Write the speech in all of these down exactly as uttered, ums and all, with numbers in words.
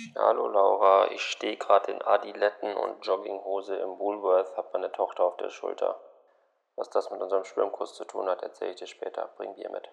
Hallo Laura, ich stehe gerade in Adiletten und Jogginghose im Woolworth, habe meine Tochter auf der Schulter. Was das mit unserem Schwimmkurs zu tun hat, erzähle ich dir später. Bring Bier mit.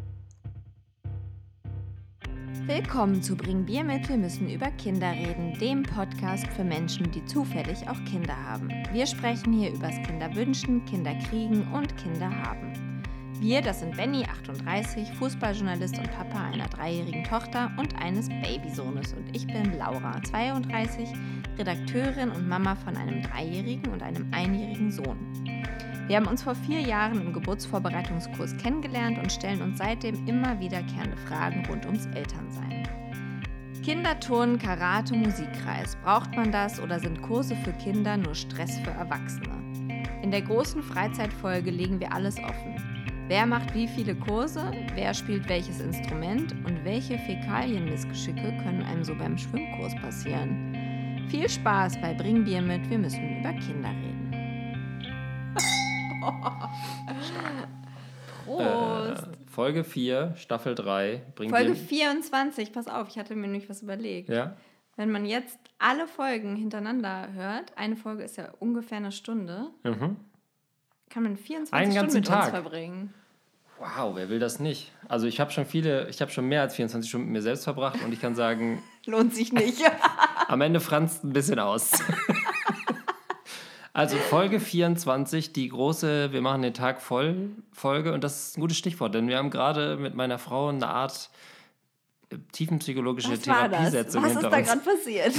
Willkommen zu Bring Bier mit, wir müssen über Kinder reden, dem Podcast für Menschen, die zufällig auch Kinder haben. Wir sprechen hier übers Kinderwünschen, Kinderkriegen und Kinderhaben. Wir, das sind Benny, achtunddreißig, Fußballjournalist und Papa einer dreijährigen Tochter und eines Babysohnes. Und ich bin Laura, zweiunddreißig, Redakteurin und Mama von einem dreijährigen und einem einjährigen Sohn. Wir haben uns vor vier Jahren im Geburtsvorbereitungskurs kennengelernt und stellen uns seitdem immer wiederkehrende Fragen rund ums Elternsein. Kinderturnen, Karate, Musikkreis. Braucht man das oder sind Kurse für Kinder nur Stress für Erwachsene? In der großen Freizeitfolge legen wir alles offen. Wer macht wie viele Kurse, wer spielt welches Instrument und welche Fäkalienmissgeschicke können einem so beim Schwimmkurs passieren? Viel Spaß bei Bring Bier mit, wir müssen über Kinder reden. Prost! Äh, Folge vier, Staffel drei. Bring Folge Bier. vierundzwanzig, pass auf, ich hatte mir nämlich was überlegt. Ja? Wenn man jetzt alle Folgen hintereinander hört, eine Folge ist ja ungefähr eine Stunde, Mhm. kann man vierundzwanzig Einen Stunden ganzen mit Tag. uns verbringen. Wow, wer will das nicht? Also ich habe schon viele, ich habe schon mehr als vierundzwanzig Stunden mit mir selbst verbracht und ich kann sagen, Lohnt sich nicht. am Ende franzt ein bisschen aus. Also Folge vierundzwanzig, die große Wir machen den Tag voll Folge, und das ist ein gutes Stichwort, denn wir haben gerade mit meiner Frau eine Art äh, tiefenpsychologische Was war das? Therapiesetzung Was ist hinter da uns. gerade passiert?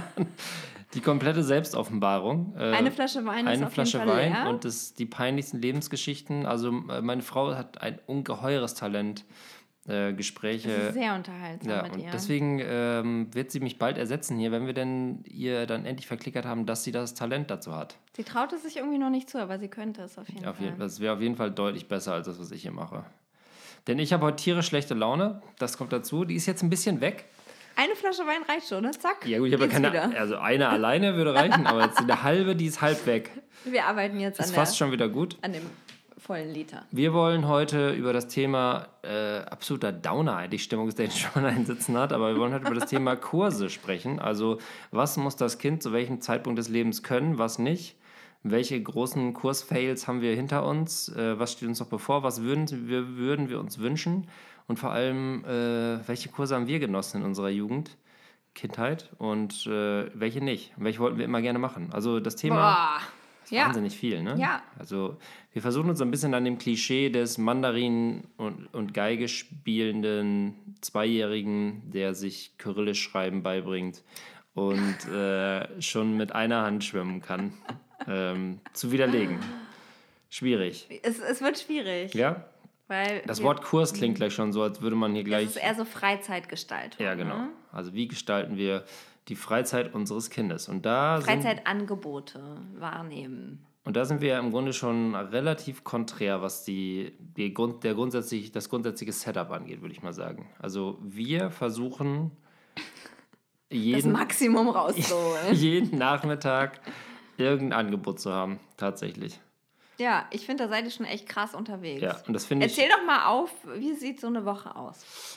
Die komplette Selbstoffenbarung. Äh, Eine Flasche Wein ist eine auf Flasche jeden Fall Wein leer. und das, die peinlichsten Lebensgeschichten. Also äh, meine Frau hat ein ungeheures Talent, äh, Gespräche. Das ist sehr unterhaltsam Ja, mit und ihr. deswegen ähm, wird sie mich bald ersetzen hier, wenn wir denn ihr dann endlich verklickert haben, dass sie das Talent dazu hat. Sie traut es sich irgendwie noch nicht zu, aber sie könnte es auf jeden Auf Fall. jeden, das wäre auf jeden Fall deutlich besser als das, was ich hier mache. Denn ich habe heute tierisch schlechte Laune, das kommt dazu. Die ist jetzt ein bisschen weg. Eine Flasche Wein reicht schon, ne? Zack. Ja gut, ich habe ja geht's keine, wieder. also eine alleine würde reichen, aber jetzt eine halbe, die ist halb weg. Wir arbeiten jetzt an, Ist der, fast schon wieder gut. an dem vollen Liter. Wir wollen heute über das Thema, äh, absoluter Downer eigentlich, Stimmung, der schon einen Sitzen hat, aber wir wollen heute über das Thema Kurse sprechen. Also was muss das Kind zu welchem Zeitpunkt des Lebens können, was nicht? Welche großen Kursfails haben wir hinter uns? Äh, was steht uns noch bevor? Was würden wir, würden wir uns wünschen? Und vor allem, äh, welche Kurse haben wir genossen in unserer Jugend, Kindheit und äh, welche nicht? Und welche wollten wir immer gerne machen? Also das Thema... Boah. Ja. Wahnsinnig viel, ne? Ja. Also wir versuchen uns ein bisschen an dem Klischee des Mandarin- und, und Geige spielenden Zweijährigen, der sich Kyrillisch schreiben beibringt und äh, schon mit einer Hand schwimmen kann, ähm, zu widerlegen. Schwierig. Es, es wird schwierig. Ja? Weil Das wir, Wort Kurs klingt gleich schon so, als würde man hier das gleich... ist eher so Freizeitgestaltung. Ja, genau. Ne? Also wie gestalten wir die Freizeit unseres Kindes? Und da sind Freizeitangebote wahrnehmen. Und da sind wir ja im Grunde schon relativ konträr, was die, die Grund, der grundsätzlich, das grundsätzliche Setup angeht, würde ich mal sagen. Also wir versuchen Das jeden, Maximum rauszuholen. jeden Nachmittag irgendein Angebot zu haben, tatsächlich. Ja, ich finde, da seid ihr schon echt krass unterwegs. Ja, und das finde ich... Erzähl doch mal auf, wie sieht so eine Woche aus?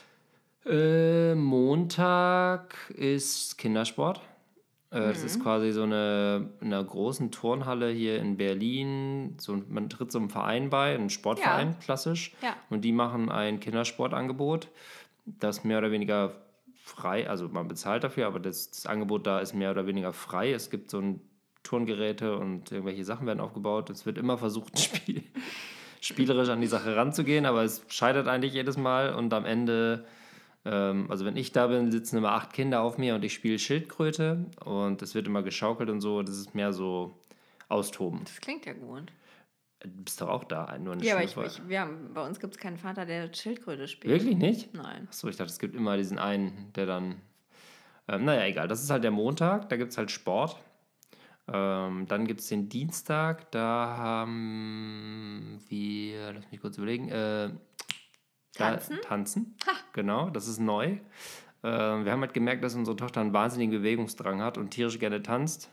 Äh, Montag ist Kindersport. Äh, Das ist quasi so eine in einer großen Turnhalle hier in Berlin. So, man tritt so einem Verein bei, einem Sportverein, Ja. klassisch. Ja. Und die machen ein Kindersportangebot, das mehr oder weniger frei, also man bezahlt dafür, aber das, das Angebot da ist mehr oder weniger frei. Es gibt so ein Turngeräte und irgendwelche Sachen werden aufgebaut. Es wird immer versucht, Spiel, spielerisch an die Sache ranzugehen, aber es scheitert eigentlich jedes Mal und am Ende... Also wenn ich da bin, sitzen immer acht Kinder auf mir und ich spiele Schildkröte und es wird immer geschaukelt und so. Das ist mehr so austoben. Das klingt ja gut. Du bist doch auch da, nur eine Ja, aber ich, Stunde ich, wir haben, bei uns gibt es keinen Vater, der Schildkröte spielt. Wirklich nicht? Nein. Achso, ich dachte, es gibt immer diesen einen, der dann... Ähm, naja, egal. Das ist halt der Montag, da gibt es halt Sport. Ähm, dann gibt es den Dienstag, da haben wir... Lass mich kurz überlegen. Äh, Tanzen? Da, tanzen, ha. Genau, das ist neu. Äh, wir haben halt gemerkt, dass unsere Tochter einen wahnsinnigen Bewegungsdrang hat und tierisch gerne tanzt.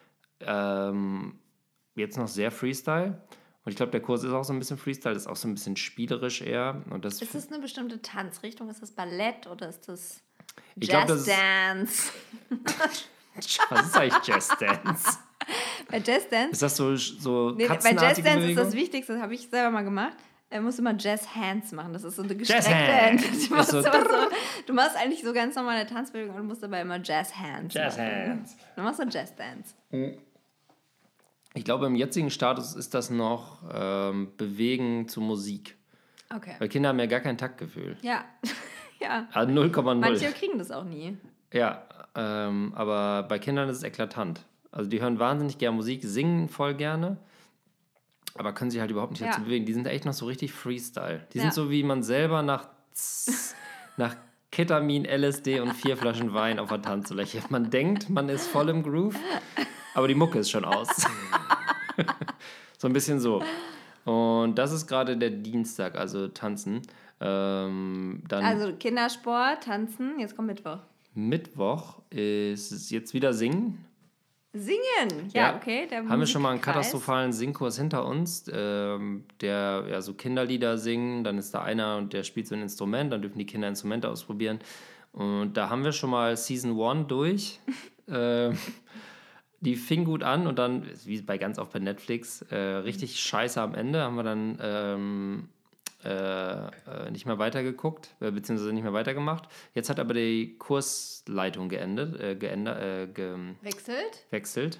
Ähm, jetzt noch sehr Freestyle. Und ich glaube, der Kurs ist auch so ein bisschen Freestyle, ist auch so ein bisschen spielerisch eher. Und das Ist das eine bestimmte Tanzrichtung? Ist das Ballett oder ist das... Ich Just glaub, das ist, Dance. was ist eigentlich Just Dance? Bei Just Dance? Ist das so, so Nee, bei katzenartige Just Dance Bewegung? ist das Wichtigste, das habe ich selber mal gemacht. Er muss immer Jazz Hands machen. Das ist so eine Jazz gestreckte Hands. Hand. Du, musst so- immer so, du machst eigentlich so ganz normale Tanzbewegungen und musst dabei immer Jazz Hands Jazz machen. Hands. Du machst so Jazz Dance. Ich glaube, im jetzigen Status ist das noch ähm, Bewegen zu Musik. Okay. Weil Kinder haben ja gar kein Taktgefühl. Ja. ja. Also null Komma null. Manche kriegen das auch nie. Ja, ähm, aber bei Kindern ist es eklatant. Also die hören wahnsinnig gerne Musik, singen voll gerne, aber können sich halt überhaupt nicht Ja. dazu bewegen. Die sind echt noch so richtig Freestyle. Die Ja. sind so, wie man selber nach, nach Ketamin, L S D und vier Flaschen Wein auf der Tanzfläche. Man denkt, man ist voll im Groove, aber die Mucke ist schon aus. So ein bisschen so. Und das ist gerade der Dienstag, also tanzen. Ähm, dann Also Kindersport, Tanzen, jetzt kommt Mittwoch. Mittwoch ist es jetzt wieder Singen. Singen! Ja, okay. Der Haben wir schon mal einen Musikkreis. katastrophalen Singkurs hinter uns, ähm, der ja so Kinderlieder singen, dann ist da einer und der spielt so ein Instrument, dann dürfen die Kinder Instrumente ausprobieren. Und da haben wir schon mal Season one durch. ähm, die fing gut an und dann, wie bei ganz oft bei Netflix, äh, richtig scheiße am Ende, haben wir dann ähm, äh, äh, nicht mehr weitergeguckt, äh, beziehungsweise nicht mehr weitergemacht. Jetzt hat aber die Kursleitung geendet, äh, geändert, äh, ge Wechselt? wechselt.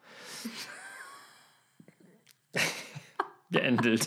Geendet.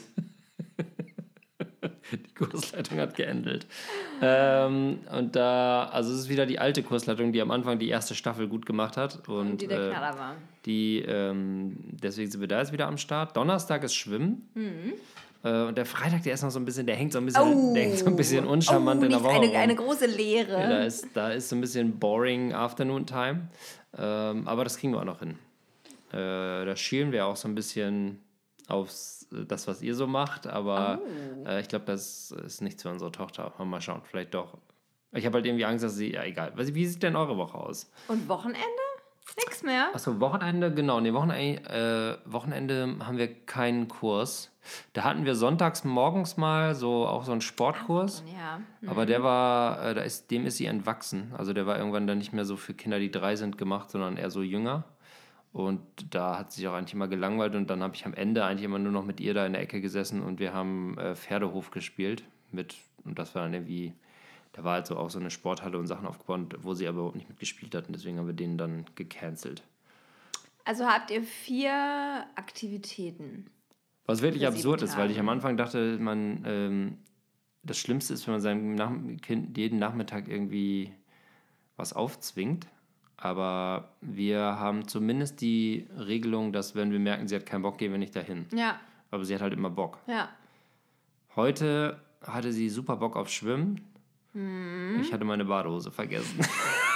Die Kursleitung hat geendet. Ähm, und da, also es ist wieder die alte Kursleitung, die am Anfang die erste Staffel gut gemacht hat. Und, Und die der äh, Knaller war. die, ähm, deswegen sind wir da jetzt wieder am Start. Donnerstag ist Schwimmen. Mhm. Äh, und der Freitag, der ist noch so ein bisschen, der hängt so ein bisschen, Oh. der hängt so ein bisschen uncharmant oh, in der nicht Woche. eine, rum. eine große Leere. Ja, da, ist, da ist so ein bisschen boring Afternoon Time. Ähm, aber das kriegen wir auch noch hin. Äh, da schielen wir auch so ein bisschen auf das, was ihr so macht. Aber Oh. äh, ich glaube, das ist nicht für unsere Tochter. Mal schauen, vielleicht doch. Ich habe halt irgendwie Angst, dass sie, ja egal. Wie sieht denn eure Woche aus? Und Wochenende? Nix mehr. Achso, Wochenende, genau. Nee, Wochenende, äh, Wochenende haben wir keinen Kurs. Da hatten wir sonntags morgens mal so auch so einen Sportkurs. Ja. Aber der war, äh, da ist, dem ist sie entwachsen. Also der war irgendwann dann nicht mehr so für Kinder, die drei sind, gemacht, sondern eher so jünger. Und da hat sie sich auch eigentlich immer gelangweilt. Und dann habe ich am Ende eigentlich immer nur noch mit ihr da in der Ecke gesessen und wir haben äh, Pferdehof gespielt. Mit, und das war dann irgendwie, da war halt so auch so eine Sporthalle und Sachen aufgebaut, wo sie aber überhaupt nicht mitgespielt hat. Und deswegen haben wir den dann gecancelt. Also habt ihr vier Aktivitäten. Was wirklich Für absurd sieben ist, weil ich am Tage. Anfang dachte, man, ähm, das Schlimmste ist, wenn man seinem Nach- Kind jeden Nachmittag irgendwie was aufzwingt. Aber wir haben zumindest die Regelung, dass wenn wir merken, sie hat keinen Bock, gehen wir nicht dahin. Ja, Aber sie hat halt immer Bock. ja. Heute hatte sie super Bock auf Schwimmen. Mhm. Ich hatte meine Badehose vergessen.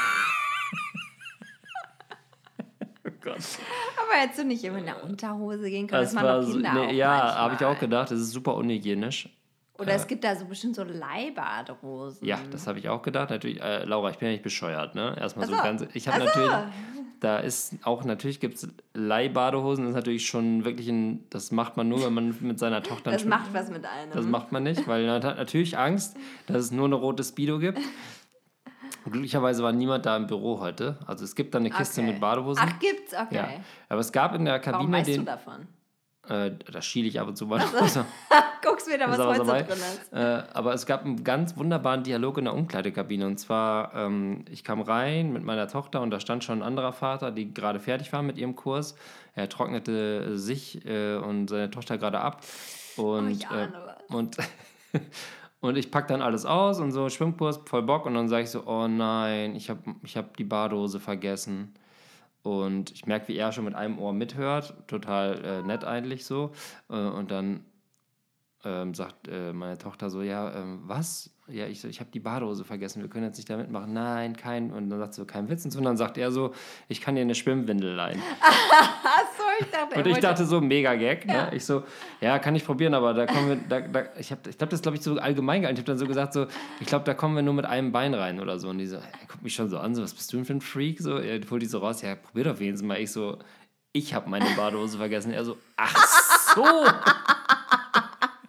Oh Gott. Aber hättest du nicht immer in der Unterhose gehen können? Das Das machen war doch so, Kinder nee, auch ja, habe ich manchmal. auch gedacht. Das ist super unhygienisch. Oder es gibt da so bestimmt so Leihbadehosen. Ja, das habe ich auch gedacht. Natürlich, äh, Laura, ich bin ja nicht bescheuert, ne? Erstmal so Ach so. ganz. Ich habe Ach so. natürlich, da ist auch, natürlich gibt es Leihbadehosen, das ist natürlich schon wirklich ein, das macht man nur, wenn man mit seiner Tochter. Das schwimmt. macht was mit einem. Das macht man nicht, weil man hat natürlich Angst, dass es nur eine rote Speedo gibt. Und glücklicherweise war niemand da im Büro heute. Also es gibt da eine Kiste Okay. mit Badehosen. Ach, gibt's? Okay. Ja. Aber es gab in der Warum Kabine weißt den. du davon? Äh, da schiele ich ab und zu mal. Also, Guckst wieder, was ist aber heute so dabei. drin ist. Äh, aber es gab einen ganz wunderbaren Dialog in der Umkleidekabine. Und zwar, ähm, ich kam rein mit meiner Tochter und da stand schon ein anderer Vater, die gerade fertig war mit ihrem Kurs. Er trocknete sich äh, und seine Tochter gerade ab. Und, Oh, ich ahne äh, was. und, und ich pack dann alles aus und so, Schwimmkurs, voll Bock. Und dann sage ich so, oh nein, ich habe ich hab die Badehose vergessen. Und ich merke, wie er schon mit einem Ohr mithört. Total äh, nett eigentlich so. Äh, und dann ähm, sagt äh, meine Tochter so, ja, ähm, was? Ja, ich, so, ich habe die Badehose vergessen, wir können jetzt nicht da mitmachen. Nein, kein. Und dann sagt sie so, kein Witz. Und dann sagt er so, ich kann dir eine Schwimmwindel leihen. Achso, ich dachte, er Und ich wollte- dachte so, mega Gag. Ja. Ne? Ich so, ja, kann ich probieren, aber da kommen wir, da, da, ich habe ich glaube, das ist, glaube ich, so allgemein gehalten. Ich habe dann so gesagt, so, ich glaube, da kommen wir nur mit einem Bein rein oder so. Und die so, er guckt mich schon so an, so, was bist du denn für ein Freak? So, er holt die so raus, ja, probier doch wenigstens mal. Ich so, ich habe meine Badehose vergessen. Er so, ach so.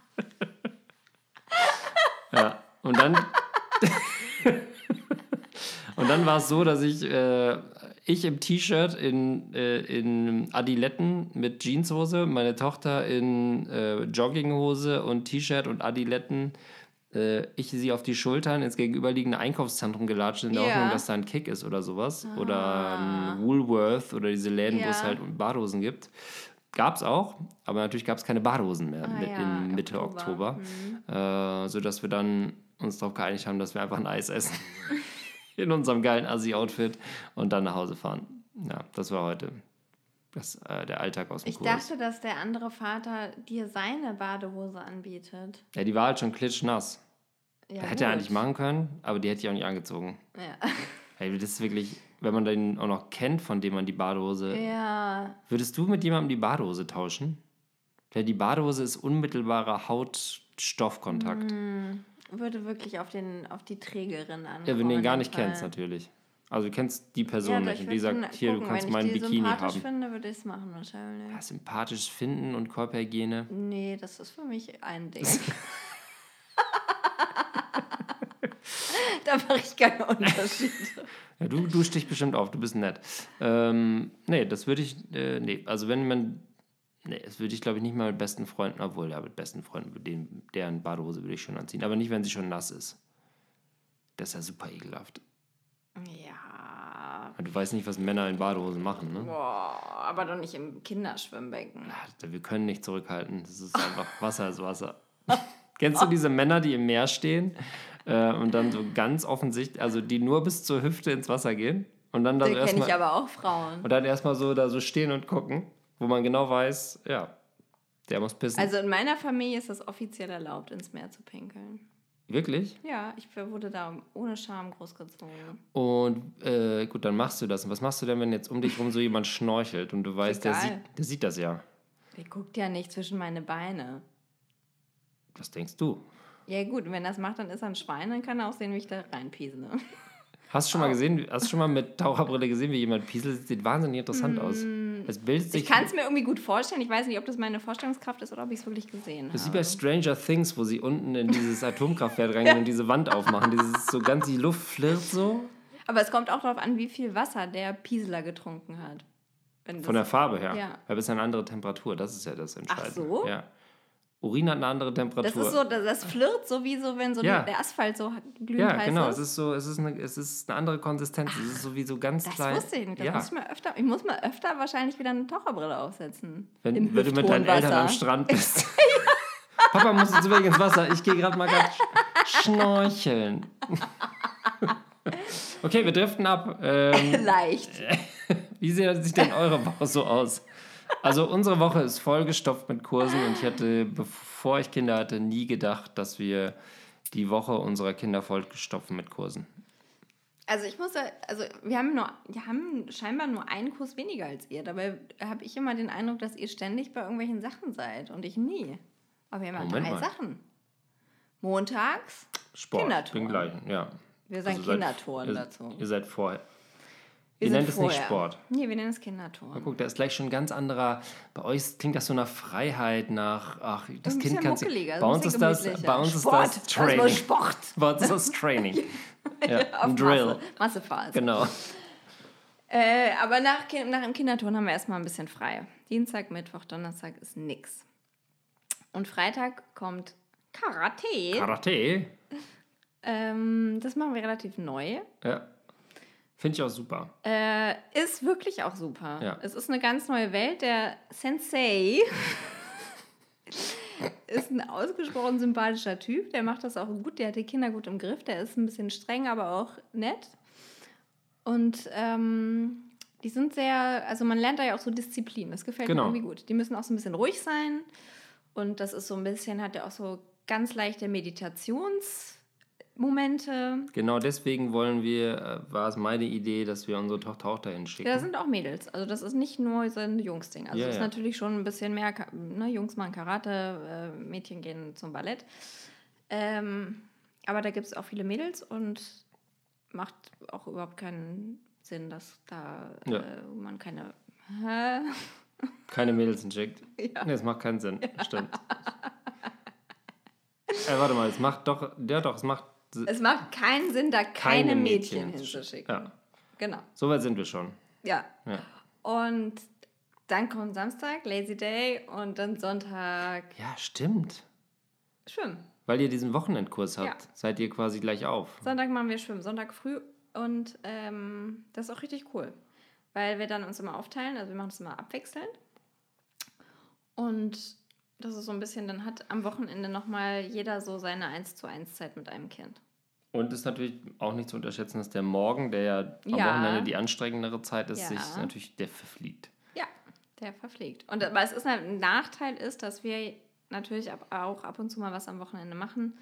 Ja, und dann dann war es so, dass ich, äh, ich im T-Shirt in, äh, in Adiletten mit Jeanshose, meine Tochter in äh, Jogginghose und T-Shirt und Adiletten, äh, ich sie auf die Schultern ins gegenüberliegende Einkaufszentrum gelatscht, in der Ja. Hoffnung, dass da ein Kick ist oder sowas. Ah. Oder ein Woolworth oder diese Läden, Ja. wo es halt Badehosen gibt. Gab es auch, aber natürlich gab es keine Badehosen mehr Ah, mit, ja, in Mitte Oktober. Oktober. Äh, sodass wir dann uns darauf geeinigt haben, dass wir einfach ein Eis essen. In unserem geilen Assi-Outfit und dann nach Hause fahren. Ja, das war heute das, äh, der Alltag aus dem Ich Kurs. dachte, dass der andere Vater dir seine Badehose anbietet. Ja, die war halt schon klitschnass. Ja, Hätte er gut. eigentlich machen können, aber die hätte ich auch nicht angezogen. Ja. Hey, das ist wirklich, wenn man den auch noch kennt, von dem man die Badehose... ja. Würdest du mit jemandem die Badehose tauschen? Weil die Badehose ist unmittelbarer Haut-Stoffkontakt. Würde wirklich auf, den, auf die Trägerin ankommen. Ja, wenn du ihn gar in nicht dem Fall. kennst, natürlich. Also du kennst die Person Ja, nicht doch, und ich die würd sagt, schon hier, du gucken, kannst wenn meinen ich die Bikini sympathisch haben. finde, würde ich es machen wahrscheinlich. Ja, sympathisch finden und Körperhygiene. Nee, das ist für mich ein Ding. Da mache ich keine Unterschiede. Ja, du duschst dich bestimmt auf, du bist nett. Ähm, nee, das würde ich, äh, nee, also wenn man, nee, das würde ich glaube ich nicht mal mit besten Freunden, obwohl, ja, mit besten Freunden, den, deren Badehose würde ich schon anziehen, aber nicht, wenn sie schon nass ist. Das ist ja super ekelhaft. Ja. Du weißt nicht, was Männer in Badehosen machen, ne? Boah, aber doch nicht im Kinderschwimmbecken. Ja, wir können nicht zurückhalten, das ist einfach, Wasser ist Wasser. Kennst du diese Männer, die im Meer stehen äh, und dann so ganz offensichtlich, also die nur bis zur Hüfte ins Wasser gehen und dann da Da so kenne erstmal ich aber auch Frauen. und dann erstmal so da so stehen und gucken, wo man genau weiß, ja, der muss pissen. Also in meiner Familie ist das offiziell erlaubt, ins Meer zu pinkeln. Wirklich? Ja, ich wurde da ohne Scham großgezogen. Und äh, gut, dann machst du das. Und was machst du denn, wenn jetzt um dich rum so jemand schnorchelt und du weißt, der Egal. sieht, der sieht das ja? Der guckt ja nicht zwischen meine Beine. Was denkst du? Ja gut, wenn er das macht, dann ist er ein Schwein, dann kann er auch sehen, wie ich da reinpiesne. Hast du schon mal gesehen, hast du schon mal mit Taucherbrille gesehen, wie jemand pieselt? Das sieht wahnsinnig interessant aus. Es bildet sich. Ich kann es mir irgendwie gut vorstellen. Ich weiß nicht, ob das meine Vorstellungskraft ist oder ob ich es wirklich gesehen Das ist wie habe. bei Stranger Things, wo sie unten in dieses Atomkraftwerk reingehen und diese Wand aufmachen. Dieses so ganz, die Luft flirrt so. Aber es kommt auch darauf an, wie viel Wasser der Pieseler getrunken hat. Wenn das Von der Farbe her. Ja. Weil es ist eine andere Temperatur. Das ist ja das Entscheidende. so? Ja. Urin hat eine andere Temperatur. Das ist so, das, das flirrt so wie so, wenn so Ja. der Asphalt so glühend Ja, heiß genau. ist. Es ist so, es ist eine, es ist eine andere Konsistenz. Es ist so wie so ganz Das klein. wusste ich nicht. Das Ja. muss ich, mal öfter, ich muss mal öfter wahrscheinlich wieder eine Taucherbrille aufsetzen. Wenn, Im wenn du mit deinen Hüfthohen Eltern am Wasser. Strand bist. Papa muss jetzt wirklich ins Wasser. Ich gehe gerade mal ganz schnorcheln. Okay, wir driften ab. Ähm, Leicht. wie sieht denn eure Woche so aus? Also unsere Woche ist vollgestopft mit Kursen und ich hätte, bevor ich Kinder hatte, nie gedacht, dass wir die Woche unserer Kinder vollgestopft mit Kursen. Also ich muss, da- also wir haben nur, wir haben scheinbar nur einen Kurs weniger als ihr. Dabei habe ich immer den Eindruck, dass ihr ständig bei irgendwelchen Sachen seid und ich nie. Aber wir haben ja Moment drei mal. Sachen. Montags Sport, Kindertouren. den gleichen, ja. Wir sagen Also seid- Kindertouren ihr, dazu. Ihr seid vorher. Wir ihr sind nennt es nicht vorher. Sport. Nee, wir nennen es Kindertouren. Guck, da ist gleich schon ein ganz anderer. Bei euch klingt das so nach Freiheit, nach. Ach, das Ein Kind bisschen kann sich. muckeliger, Bei ein uns ist bisschen das. gemütlicher. Bei uns ist Sport. das Das war Training. Sport. Bei uns ist das Training. Ja, Auf ein Drill. Masse, Massephase. Genau. Äh, aber nach, Ki- nach dem Kinderturnen haben wir erstmal ein bisschen frei. Dienstag, Mittwoch, Donnerstag ist nix. Und Freitag kommt Karate. Karate. Ähm, das machen wir relativ neu. Ja. Finde ich auch super. Äh, ist wirklich auch super. Ja. Es ist eine ganz neue Welt. Der Sensei ist ein ausgesprochen sympathischer Typ. Der macht das auch gut. Der hat die Kinder gut im Griff. Der ist ein bisschen streng, aber auch nett. Und ähm, die sind sehr, also man lernt da ja auch so Disziplin. Das gefällt Genau. mir irgendwie gut. Die müssen auch so ein bisschen ruhig sein. Und das ist so ein bisschen, hat ja auch so ganz leichte Meditationsmomente. Genau deswegen wollen wir, äh, war es meine Idee, dass wir unsere Tochter auch dahin schicken. Ja, da sind auch Mädels. Also das ist nicht nur so ein Jungsding. Also Ja, es ist ja. natürlich schon ein bisschen mehr, Ka- ne, Jungs machen Karate, äh, Mädchen gehen zum Ballett. Ähm, aber da gibt es auch viele Mädels und macht auch überhaupt keinen Sinn, dass da Ja. äh, man keine... Hä? Keine Mädels schickt. Ja. Nee, das macht keinen Sinn. Stimmt. äh, warte mal, es macht doch, ja doch, es macht Es macht keinen Sinn, da keine, keine Mädchen, Mädchen hinzuschicken. Ja. Genau. So weit sind wir schon. Ja. ja. Und dann kommt Samstag, Lazy Day, und dann Sonntag. Ja, stimmt. Schwimmen. Weil ihr diesen Wochenendkurs habt, Ja. seid ihr quasi gleich auf. Sonntag machen wir Schwimmen, Sonntag früh. Und ähm, das ist auch richtig cool. Weil wir dann uns immer aufteilen, also wir machen das immer abwechselnd. Und das ist so ein bisschen, dann hat am Wochenende nochmal jeder so seine eins zu eins Zeit mit einem Kind. Und ist natürlich auch nicht zu unterschätzen, dass der Morgen, der ja am Ja. Wochenende die anstrengendere Zeit ist, Ja. sich natürlich, der verfliegt. Ja, der verfliegt. Und aber es ist halt, ein Nachteil ist, dass wir natürlich ab, auch ab und zu mal was am Wochenende machen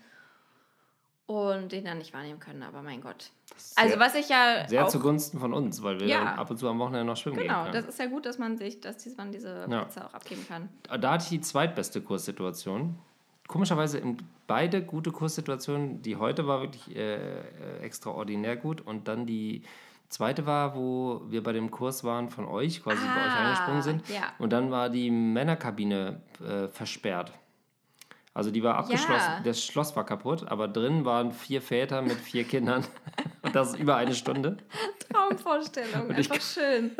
und den dann nicht wahrnehmen können, aber mein Gott. Also Sehr- was ich ja Sehr auch, zugunsten von uns, weil wir Ja. dann ab und zu am Wochenende noch schwimmen genau, gehen das können. ist ja gut, dass man sich, dass dies- man diese Ja. Plätze auch abgeben kann. Da hatte ich die zweitbeste Kurssituation. Komischerweise in beide gute Kurssituationen. Die heute war wirklich äh, äh, extraordinär gut. Und dann die zweite war, wo wir bei dem Kurs waren von euch, quasi bei euch Ah, eingesprungen sind. ja. Und dann war die Männerkabine äh, versperrt. Also die war abgeschlossen, Ja. das Schloss war kaputt, aber drin waren vier Väter mit vier Kindern. Und das über eine Stunde. Traumvorstellung, ich- einfach schön.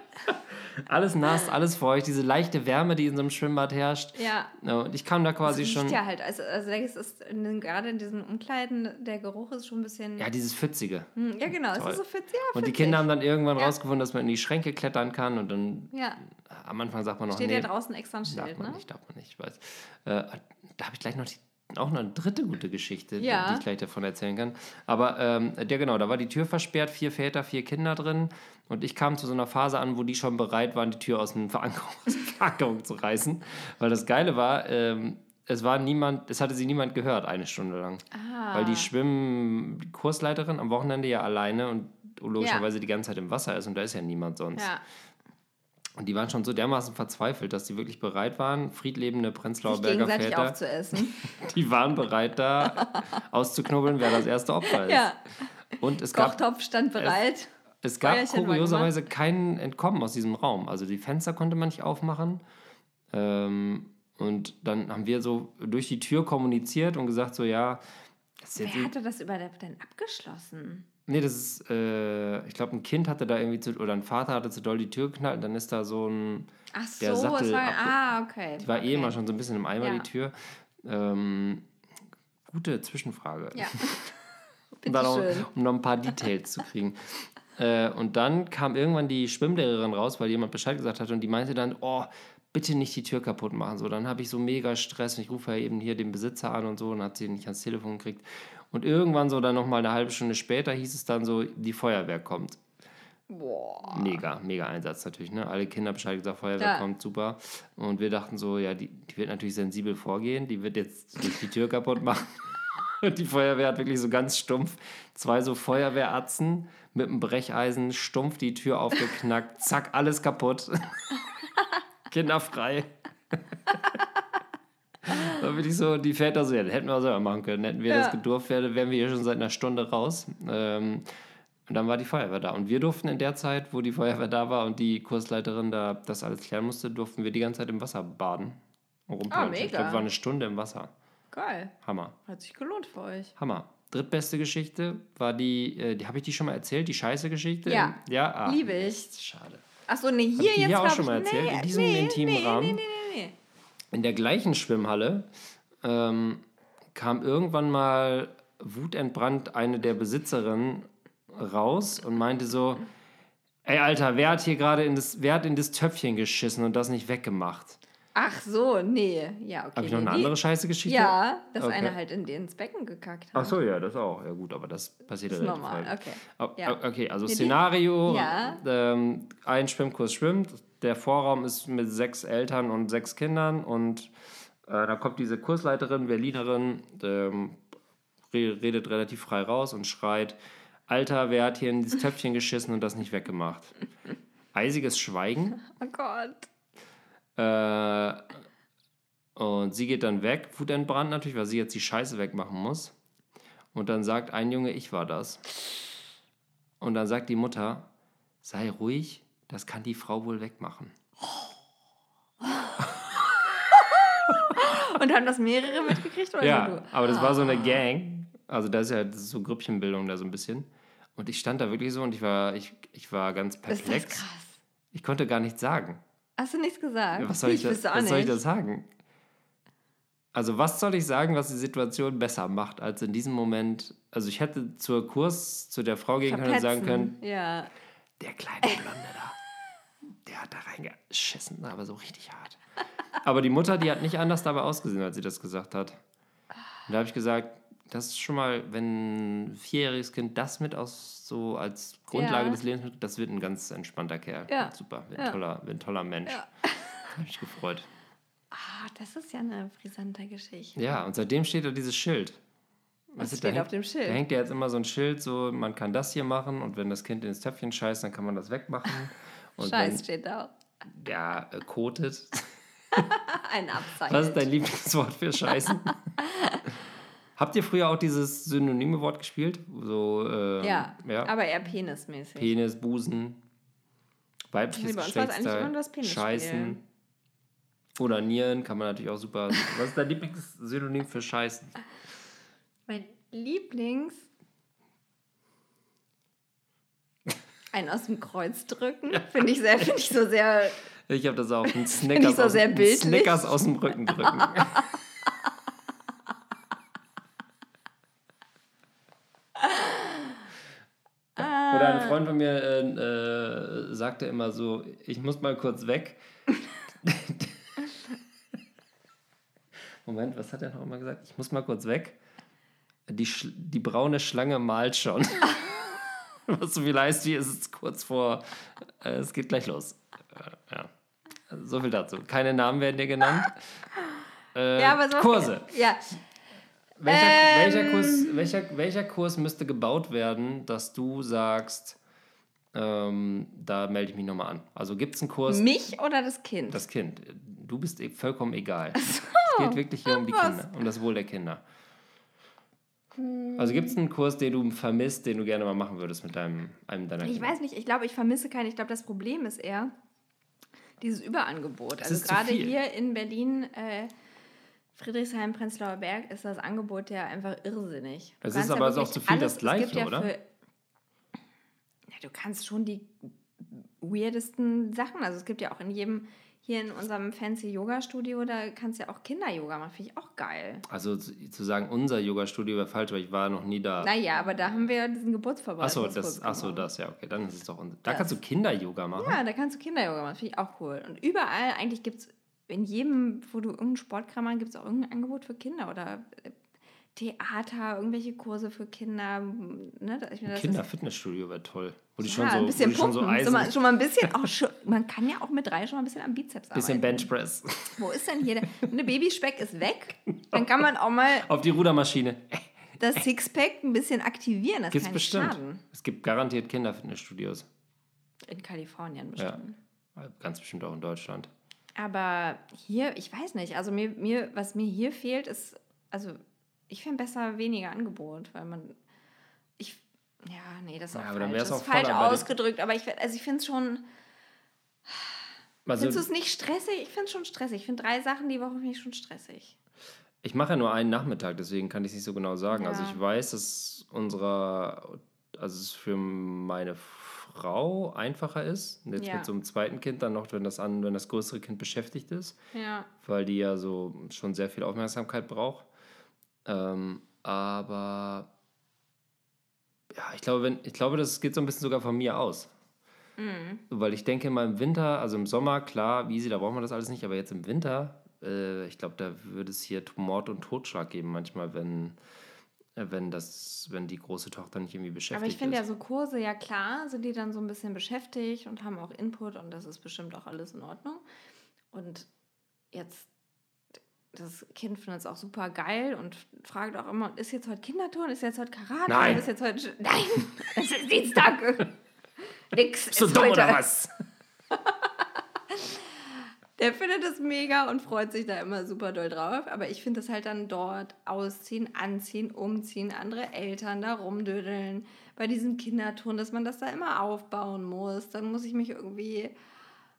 Alles nass, alles feucht, diese leichte Wärme, die in so einem Schwimmbad herrscht. Ja. Ja, und ich kam da Das quasi riecht schon... ja halt, also, also es ist in den, gerade in diesen Umkleiden, der Geruch ist schon ein bisschen, Ja, dieses Pfützige. Hm, ja genau, Toll. es ist so fit, ja, Und die fitzig. Kinder haben dann irgendwann Ja. rausgefunden, dass man in die Schränke klettern kann und dann Ja, am Anfang sagt man noch, steht nee, ja draußen extra ein darf Schild, man ne? nicht, darf man nicht, ich weiß. Äh, da habe ich gleich noch die, auch noch eine dritte gute Geschichte, Ja. die ich gleich davon erzählen kann. Aber ähm, ja genau, da war die Tür versperrt, vier Väter, vier Kinder drin und ich kam zu so einer Phase an, wo die schon bereit waren, die Tür aus, dem Verankerung, aus der Verankerung zu reißen. Weil das Geile war, ähm, es war niemand, es hatte sie niemand gehört, eine Stunde lang. Ah. Weil die Schwimmkursleiterin am Wochenende ja alleine und logischerweise die ganze Zeit im Wasser ist und da ist ja niemand sonst. Ja, Und die waren schon so dermaßen verzweifelt, dass sie wirklich bereit waren, friedlebende Prenzlauer sich Berger gegenseitig Väter, aufzuessen. die waren bereit, da auszuknobeln, wer das erste Opfer ist. Ja, Und es gab, Kochtopf stand bereit. es gab Feuerchen war kurioserweise kein Entkommen aus diesem Raum. Also die Fenster konnte man nicht aufmachen. Ähm, und dann haben wir so durch die Tür kommuniziert und gesagt so, ja, das ist jetzt... Wer hatte das überhaupt denn abgeschlossen? Nee, das ist, äh, ich glaube, ein Kind hatte da irgendwie zu, oder ein Vater hatte zu doll die Tür geknallt und dann ist da so ein, Ach Der so, Sattel es war, abge- ah, okay. die war okay. eh immer schon so ein bisschen im Eimer, Ja. die Tür. Ähm, gute Zwischenfrage. Ja, um, dann noch, bitteschön. um noch ein paar Details zu kriegen. Äh, und dann kam irgendwann die Schwimmlehrerin raus, weil jemand Bescheid gesagt hat und die meinte dann, oh, bitte nicht die Tür kaputt machen. So, dann habe ich so mega Stress und ich rufe ja eben hier den Besitzer an und so und hat sie nicht ans Telefon gekriegt. Und irgendwann so dann nochmal eine halbe Stunde später hieß es dann so, die Feuerwehr kommt. Boah. Mega, mega Einsatz natürlich. Ne? Alle Kinder Bescheid gesagt, Feuerwehr Ja. kommt, super. Und wir dachten so, ja, die, die wird natürlich sensibel vorgehen, die wird jetzt nicht die Tür kaputt machen. Und die Feuerwehr hat wirklich so ganz stumpf zwei so Feuerwehratzen mit einem Brecheisen stumpf die Tür aufgeknackt, zack, alles kaputt. Kinder frei. Da bin ich so, die Väter so, ja, das hätten wir auch selber machen können. Hätten wir Ja. das gedurft, wären wir hier schon seit einer Stunde raus. Ähm, und dann war die Feuerwehr da. Und wir durften in der Zeit, wo die Feuerwehr da war und die Kursleiterin da das alles klären musste, durften wir die ganze Zeit im Wasser baden. Und rumplanschen. Ich mega. glaube, wir waren eine Stunde im Wasser. Geil. Hammer. Hat sich gelohnt für euch. Hammer. Drittbeste Geschichte war die, äh, die habe ich die schon mal erzählt, die scheiße Geschichte? Ja. Ja, ah, Liebe ich. schade. Achso, nee, ich hier die jetzt hier auch glaub schon ich, mal erzählt? Nee, In diesem nee, intimen nee, Rahmen? Nee, nee, nee, nee. In der gleichen Schwimmhalle ähm, kam irgendwann mal wutentbrannt eine der Besitzerinnen raus und meinte so, ey Alter, wer hat hier gerade in das, wer hat in das Töpfchen geschissen und das nicht weggemacht? Ach so, nee. Ja, okay. Habe ich noch nee, eine die- andere scheiße Geschichte? Ja, dass Okay. einer halt in den ins Becken gekackt hat. Ach so, ja, das auch. Ja gut, aber das passiert Das ja ist relativ normal, häufig. okay. O- Ja. o- Okay, also Ja, die- Szenario, Ja. ähm, ein Schwimmkurs schwimmt, der Vorraum ist mit sechs Eltern und sechs Kindern und äh, da kommt diese Kursleiterin, Berlinerin, ähm, re- redet relativ frei raus und schreit, Alter, wer hat hier in dieses Töpfchen geschissen und das nicht weggemacht? Eisiges Schweigen. Oh Gott. Äh, und sie geht dann weg, wutentbrannt natürlich, weil sie jetzt die Scheiße wegmachen muss. Und dann sagt ein Junge, ich war das. Und dann sagt die Mutter, sei ruhig, das kann die Frau wohl wegmachen. Und haben das mehrere mitgekriegt oder nur Ja, du? aber das war so eine Gang. Also da ist ja das ist so Grüppchenbildung da so ein bisschen. Und ich stand da wirklich so und ich war, ich, ich war ganz perplex. Ist das krass? Ich konnte gar nichts sagen. Hast du nichts gesagt? Ja, was soll ich, da, wüsste auch was soll ich da nicht. sagen? Also was soll ich sagen, was die Situation besser macht, als in diesem Moment... Also ich hätte zur Kurs, zu der Frau gehen können und sagen können, Ja. der kleine Blonde da, der hat da reingeschissen, aber so richtig hart. Aber die Mutter, die hat nicht anders dabei ausgesehen, als sie das gesagt hat. Und da habe ich gesagt, das ist schon mal, wenn ein vierjähriges Kind das mit aus so als Grundlage Ja. des Lebens mit, das wird ein ganz entspannter Kerl. Ja. Super, wird Ja. ein toller, wird ein toller Mensch. Ja. Habe ich gefreut. Ah, das ist ja eine brisante Geschichte. Ja, und seitdem steht da dieses Schild. Was Weißt du, steht da auf dem hängt- Schild? Da hängt ja jetzt immer so ein Schild, so man kann das hier machen und wenn das Kind ins Töpfchen scheißt, dann kann man das wegmachen. Und Scheiß steht da. wenn der äh, kotet. Ein Abzeichen. Was ist dein Lieblingswort für Scheißen? Habt ihr früher auch dieses synonyme Wort gespielt? So, ähm, Ja, ja. aber eher penismäßig. Penis, Busen, weibliches Bei uns war es eigentlich Geschlechtsteil, immer das Penisspiel. Scheißen oder Nieren kann man natürlich auch super. Was ist dein Lieblingssynonym für Scheißen? Mein Lieblings... Ein aus dem Kreuz drücken. Finde ich, sehr- finde ich so sehr... Ich habe das auch. Ein ich Snickers, so aus, sehr ein bildlich. Snickers aus dem Rücken drücken. Oder ein Freund von mir äh, äh, sagte immer so, ich muss mal kurz weg. Moment, was hat er noch immer gesagt? Ich muss mal kurz weg. Die, Sch- die braune Schlange malt schon. Was so viel heißt, wie ist es kurz vor, äh, es geht gleich los. Äh, ja. Also so viel dazu. Keine Namen werden dir genannt. Äh, Ja, aber so Kurse. Ja, Welcher, Ähm. welcher, Kurs, welcher, welcher Kurs müsste gebaut werden, dass du sagst, ähm, da melde ich mich nochmal an? Also gibt es einen Kurs, mich oder das Kind? das Kind, du bist eh vollkommen egal. Es geht wirklich hier um die was? Kinder, um das Wohl der Kinder. Also gibt es einen Kurs, den du vermisst, den du gerne mal machen würdest mit deinem, einem deiner Ich Kinder? weiß nicht, ich glaube, ich vermisse keinen. Ich glaube, das Problem ist eher dieses Überangebot. Also ist zu gerade viel. hier in Berlin, äh, Friedrichshain, Prenzlauer Berg, ist das Angebot ja einfach irrsinnig. Du Es kannst ist aber ja auch wirklich zu viel das es Gleiche, gibt ja oder? Für, ja, du kannst schon die weirdesten Sachen, also es gibt ja auch in jedem, hier in unserem fancy Yoga-Studio, da kannst du ja auch Kinder-Yoga machen, finde ich auch geil. Also zu, zu sagen, unser Yoga-Studio wäre falsch, weil ich war noch nie da. Naja, aber da haben wir diesen Achso, Geburtsverwaltungskurs das, ach so, gemacht. das, ja, okay, dann ist es doch unser. Da Das. kannst du Kinder-Yoga machen. Ja, da kannst du Kinder-Yoga machen, finde ich auch cool. Und überall, eigentlich gibt es, in jedem, wo du irgendeinen Sport machst, gibt es auch irgendein Angebot für Kinder oder äh, Theater, irgendwelche Kurse für Kinder. Ne? Ich meine, das Kinder-Fitnessstudio wäre toll. Wo die ist, schon ja, so, ein bisschen wo die schon so pumpen, Eisen, schon, mal, schon mal ein bisschen, auch schon, man kann ja auch mit drei schon mal ein bisschen am Bizeps bisschen arbeiten. Benchpress. Wo ist denn hier der, eine Babyspeck ist weg, dann kann man auch mal Auf die Rudermaschine. das Sixpack ein bisschen aktivieren, das Gibt's kann bestimmt. schaden. Es gibt garantiert Kinder-Fitnessstudios. In Kalifornien Ja. bestimmt. Ganz bestimmt auch in Deutschland. Aber hier, ich weiß nicht, also mir, mir, was mir hier fehlt, ist, also ich fände besser weniger Angebot, weil man, ich, ja, nee, das ist auch Ja, aber falsch, dann wär's das auch ist falsch voller bei den- ausgedrückt, aber ich, also ich finde es schon, Also, findest du es nicht stressig? Ich finde es schon stressig, ich finde drei Sachen die Woche finde ich schon stressig. ich mache ja nur einen Nachmittag, deswegen kann ich es nicht so genau sagen. Ja. Also ich weiß, dass unserer, also es für meine Frau einfacher ist. Und jetzt Ja. mit so einem zweiten Kind dann noch, wenn das an, wenn das größere Kind beschäftigt ist, Ja. weil die ja so schon sehr viel Aufmerksamkeit braucht. Ähm, aber ja, ich glaube, wenn, ich glaube, das geht so ein bisschen sogar von mir aus. Weil ich denke mal im Winter, also im Sommer, klar, easy, da braucht man das alles nicht, aber jetzt im Winter, äh, ich glaube, da würde es hier Mord und Totschlag geben manchmal, wenn, äh, wenn, das, wenn die große Tochter nicht irgendwie beschäftigt Aber ich finde ja ist. so Kurse, ja klar, sind die dann so ein bisschen beschäftigt und haben auch Input und das ist bestimmt auch alles in Ordnung. Und jetzt, das Kind findet es auch super geil und fragt auch immer, ist jetzt heute Kinderturnen, ist jetzt heute Karate, Nein. ist jetzt heute, nein, es ist Dienstag. Nix Bist du ist dumm heute. oder was? Der findet es mega und freut sich da immer super doll drauf. Aber ich finde es halt dann dort ausziehen, anziehen, umziehen, andere Eltern da rumdödeln. Bei diesem Kinderturnen, dass man das da immer aufbauen muss. Dann muss ich mich irgendwie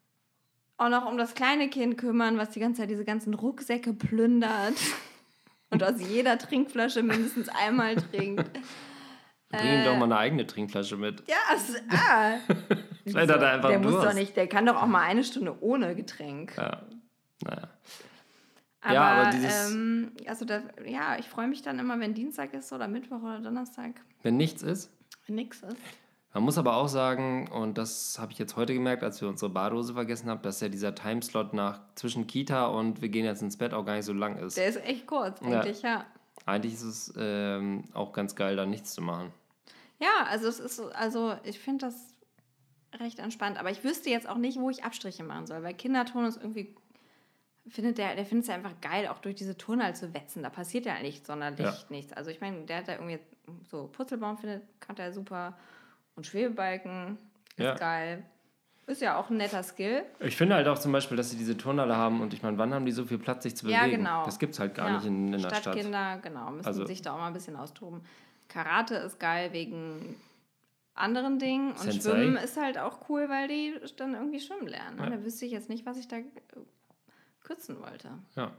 auch noch um das kleine Kind kümmern, was die ganze Zeit diese ganzen Rucksäcke plündert. und aus jeder Trinkflasche mindestens einmal trinkt. Bring ihm doch mal eine eigene Trinkflasche mit. Ja, es, ah. Vielleicht hat er einfach der muss Durst. doch nicht, der kann doch auch mal eine Stunde ohne Getränk. Ja, naja. Aber, ja, aber dieses... Ähm, also da, ja, ich freue mich dann immer, wenn Dienstag ist oder Mittwoch oder Donnerstag. Wenn nichts ist? Wenn nichts ist. Man muss aber auch sagen, und das habe ich jetzt heute gemerkt, als wir unsere Badehose vergessen haben, dass ja dieser Timeslot nach zwischen Kita und wir gehen jetzt ins Bett auch gar nicht so lang ist. Der ist echt kurz, eigentlich, ja. ja. Eigentlich ist es ähm, auch ganz geil, da nichts zu machen. Ja, also es ist, also ich finde das recht entspannt, aber ich wüsste jetzt auch nicht, wo ich Abstriche machen soll, weil Kinderturnen ist irgendwie, findet der, der findet es ja einfach geil, auch durch diese Turnhalle zu wetzen. Da passiert ja nicht sonderlich ja. nichts. Also ich meine, der hat da irgendwie so Purzelbaum findet, kann er super. Und Schwebebalken ist ja. geil. Ist ja auch ein netter Skill. Ich finde halt auch zum Beispiel, dass sie diese Turnhalle haben und ich meine, wann haben die so viel Platz, sich zu bewegen? Ja, genau. Das gibt es halt gar ja. nicht in, in der Stadt. Stadtkinder, genau, müssen also, sich da auch mal ein bisschen austoben. Karate ist geil wegen anderen Dingen und Sensei. Schwimmen ist halt auch cool, weil die dann irgendwie schwimmen lernen. Ne? Ja. Da wüsste ich jetzt nicht, was ich da kürzen wollte. Ja.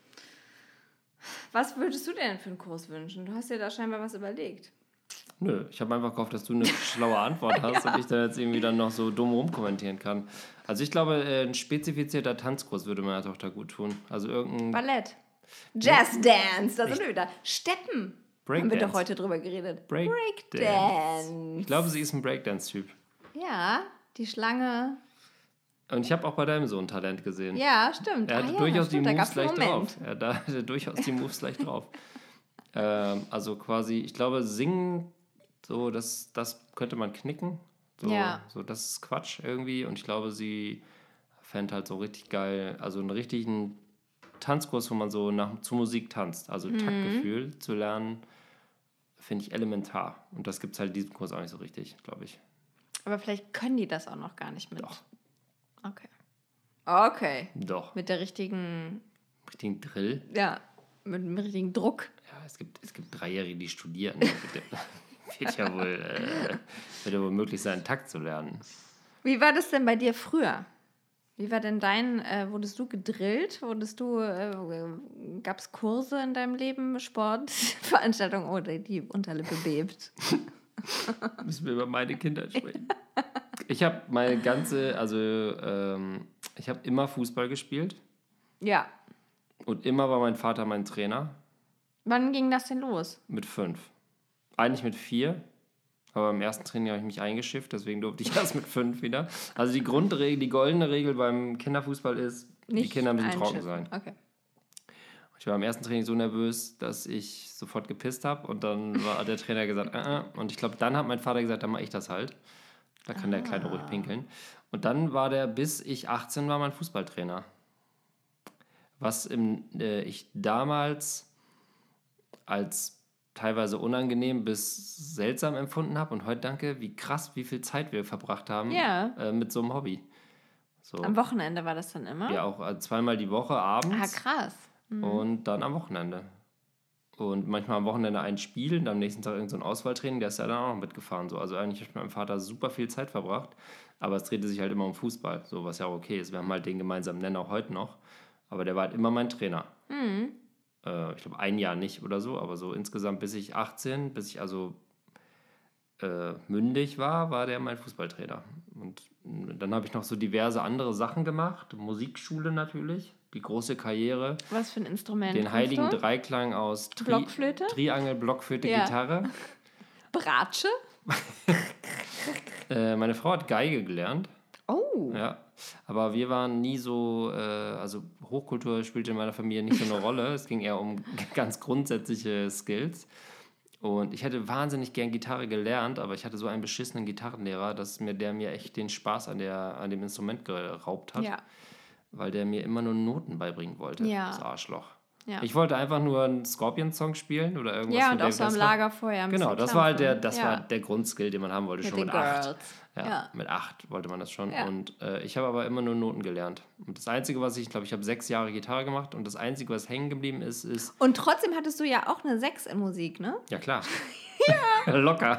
Was würdest du denn für einen Kurs wünschen? Du hast dir da scheinbar was überlegt. Nö, ich habe einfach gehofft, dass du eine schlaue Antwort hast ja. und ich da jetzt irgendwie dann noch so dumm rumkommentieren kann. Also ich glaube, ein spezifizierter Tanzkurs würde meiner Tochter gut tun. Also irgendein... Ballett. Jazzdance, da sind wir wieder. Steppen. Breakdance. Haben wir doch heute drüber geredet. Break Breakdance. Ich glaube, sie ist ein Breakdance-Typ. Ja, die Schlange... Und ich habe auch bei deinem Sohn Talent gesehen. Ja, stimmt. Er hatte ah, ja, durchaus stimmt, die Moves gleich drauf. Er da hatte durchaus die Moves gleich drauf. Ähm, also quasi, ich glaube, singen, so, das, das könnte man knicken. So, ja. so, das ist Quatsch irgendwie. Und ich glaube, sie fände halt so richtig geil, also einen richtigen Tanzkurs, wo man so nach, zu Musik tanzt. Also mhm. Taktgefühl zu lernen, finde ich elementar. Und das gibt es halt in diesem Kurs auch nicht so richtig, glaube ich. Aber vielleicht können die das auch noch gar nicht mit. Doch. Okay. Okay. Doch. Mit der richtigen... Richtigen Drill? Ja, mit dem richtigen Druck. Ja, es gibt, es gibt Dreijährige, die studieren. wird, ja wohl, äh, wird ja wohl möglich sein, Takt zu lernen. Wie war das denn bei dir früher? Wie war denn dein... Äh, wurdest du gedrillt? Wurdest du... Äh, gab es Kurse in deinem Leben? Sport? Veranstaltungen? Oh, die Unterlippe bebt. Müssen wir über meine Kinder sprechen. Ich habe meine ganze, also ähm, ich habe immer Fußball gespielt. Ja. Und immer war mein Vater mein Trainer. Wann ging das denn los? Mit fünf. Eigentlich mit vier. Aber im ersten Training habe ich mich eingeschifft, deswegen durfte ich erst mit fünf wieder. Also die Grundregel, die goldene Regel beim Kinderfußball ist, Nicht die Kinder müssen trocken sein. Okay. Ich war am ersten Training so nervös, dass ich sofort gepisst habe und dann war der Trainer gesagt, äh, äh. und ich glaube, dann hat mein Vater gesagt, dann mache ich das halt. Da kann ah. der Kleine ruhig pinkeln. Und dann war der, bis ich achtzehn war, mein Fußballtrainer. Was im, äh, ich damals als teilweise unangenehm bis seltsam empfunden habe und heute danke, wie krass, wie viel Zeit wir verbracht haben ja. äh, mit so einem Hobby. So. Am Wochenende war das dann immer? Ja, auch äh, zweimal die Woche abends. Ah, krass. Mhm. Und dann am Wochenende. Und manchmal am Wochenende ein Spiel und am nächsten Tag irgendein so Auswahltraining, der ist ja dann auch noch mitgefahren. So. Also eigentlich habe ich mit meinem Vater super viel Zeit verbracht, aber es drehte sich halt immer um Fußball, so, was ja auch okay ist. Wir haben halt den gemeinsamen Nenner auch heute noch, aber der war halt immer mein Trainer. Mhm. Äh, ich glaube, ein Jahr nicht oder so, aber so insgesamt bis ich achtzehn, bis ich also äh, mündig war, war der mein Fußballtrainer. Und dann habe ich noch so diverse andere Sachen gemacht, Musikschule natürlich. Die große Karriere. Was für ein Instrument? Den heiligen du? Dreiklang aus Tri- Blockflöte? Triangel, Blockflöte, ja. Gitarre. Bratsche? äh, meine Frau hat Geige gelernt. Oh. Ja. Aber wir waren nie so, äh, also Hochkultur spielte in meiner Familie nicht so eine Rolle. Es ging eher um ganz grundsätzliche Skills. Und ich hätte wahnsinnig gern Gitarre gelernt, aber ich hatte so einen beschissenen Gitarrenlehrer, dass mir der mir echt den Spaß an, der, an dem Instrument geraubt hat. Ja. Weil der mir immer nur Noten beibringen wollte, ja. das Arschloch. Ja. Ich wollte einfach nur einen Scorpion-Song spielen oder irgendwas. Ja, von und auch so am Lagerfeuer. Genau, das klampfen. war halt der, das ja. war der Grundskill, den man haben wollte, mit schon mit Girls. acht. Ja, ja, mit acht wollte man das schon. Ja. Und äh, ich habe aber immer nur Noten gelernt. Und das Einzige, was ich, ich glaube, ich habe sechs Jahre Gitarre gemacht und das Einzige, was hängen geblieben ist, ist... Und trotzdem hattest du ja auch eine sechs in Musik, ne? Ja, klar. Ja. Locker.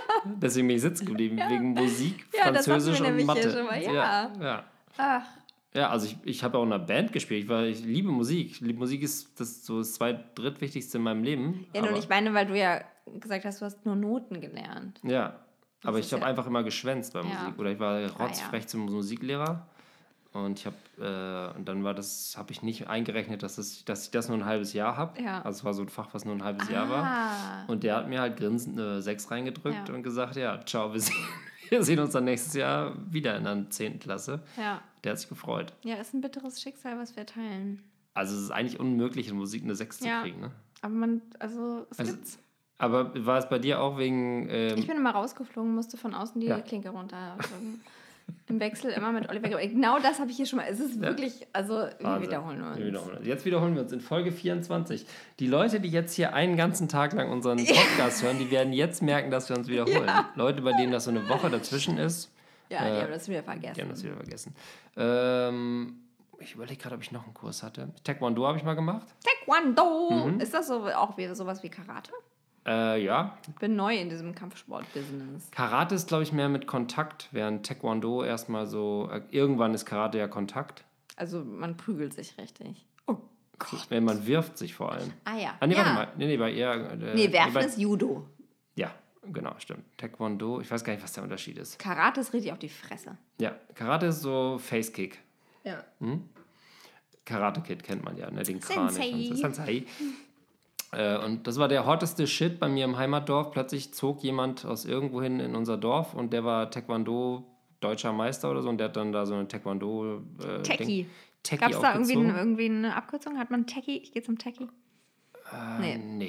Deswegen bin ich sitzen geblieben, ja. wegen Musik, ja, Französisch das und nämlich Mathe. Hier schon mal. Ja. ja, ja. Ach. Ja, also ich, ich habe auch in einer Band gespielt. Ich, war, ich liebe Musik. Ich liebe Musik ist das so das zweit-, drittwichtigste in meinem Leben. Ja, nur ich meine, weil du ja gesagt hast, du hast nur Noten gelernt. Ja, das aber ich habe ja einfach immer geschwänzt bei ja. Musik. Oder ich war Ah, rotzfrech ja. zum Musiklehrer. Und ich habe, äh, und dann war das, habe ich nicht eingerechnet, dass, das, dass ich das nur ein halbes Jahr habe. Ja. Also es war so ein Fach, was nur ein halbes ah. Jahr war. Und der hat mir halt grinsend eine sechs reingedrückt Ja. und gesagt, ja, ciao, wir sehen, wir sehen uns dann nächstes Jahr wieder in der zehnten Klasse. Ja. Der hat sich gefreut. Ja, ist ein bitteres Schicksal, was wir teilen. Also es ist eigentlich unmöglich, in Musik eine sechs Ja. zu kriegen, ne? Aber man, also es Also, gibt's. Aber war es bei dir auch wegen... Ähm, Ich bin immer rausgeflogen, musste von außen die Ja. Klinke runterdrücken. Im Wechsel immer mit Oliver. Genau das habe ich hier schon mal. Es ist wirklich, also wir Wahnsinn. wiederholen uns. Wir wiederholen uns. Jetzt wiederholen wir uns in Folge vierundzwanzig. Die Leute, die jetzt hier einen ganzen Tag lang unseren Podcast hören, die werden jetzt merken, dass wir uns wiederholen. Ja. Leute, bei denen das so eine Woche dazwischen ist, Ja, die Äh, haben das wieder vergessen. die haben das wieder vergessen. Ähm, ich überlege gerade, ob ich noch einen Kurs hatte. Taekwondo habe ich mal gemacht. Taekwondo! Mhm. Ist das so auch wieder sowas wie Karate? Äh, ja. Ich bin neu in diesem Kampfsport-Business. Karate ist, glaube ich, mehr mit Kontakt, während Taekwondo erstmal so... Äh, irgendwann ist Karate ja Kontakt. Also man prügelt sich richtig. Oh Gott. Wenn man wirft sich vor allem. Ah ja. Ah, nee, ja. warte mal. Nee, nee, bei ihr... Äh, Nee, werfen bei, ist Judo. Ja, genau, stimmt. Taekwondo, ich weiß gar nicht, was der Unterschied ist. Karate ist richtig auf die Fresse. Ja, Karate ist so Face-Kick. Ja. Karate Kid kennt man ja, ne? Den Kranich. Sensei. Und so. Sensei. Äh, und das war der hotteste Shit bei mir im Heimatdorf. Plötzlich zog jemand aus irgendwohin in unser Dorf und der war Taekwondo deutscher Meister oder so und der hat dann da so eine Taekwondo äh, Techie. Techie Gab es da irgendwie, aufgezogen. ein, irgendwie eine Abkürzung? Hat man Techie? Ich gehe zum Techie. Äh, Nee. nee.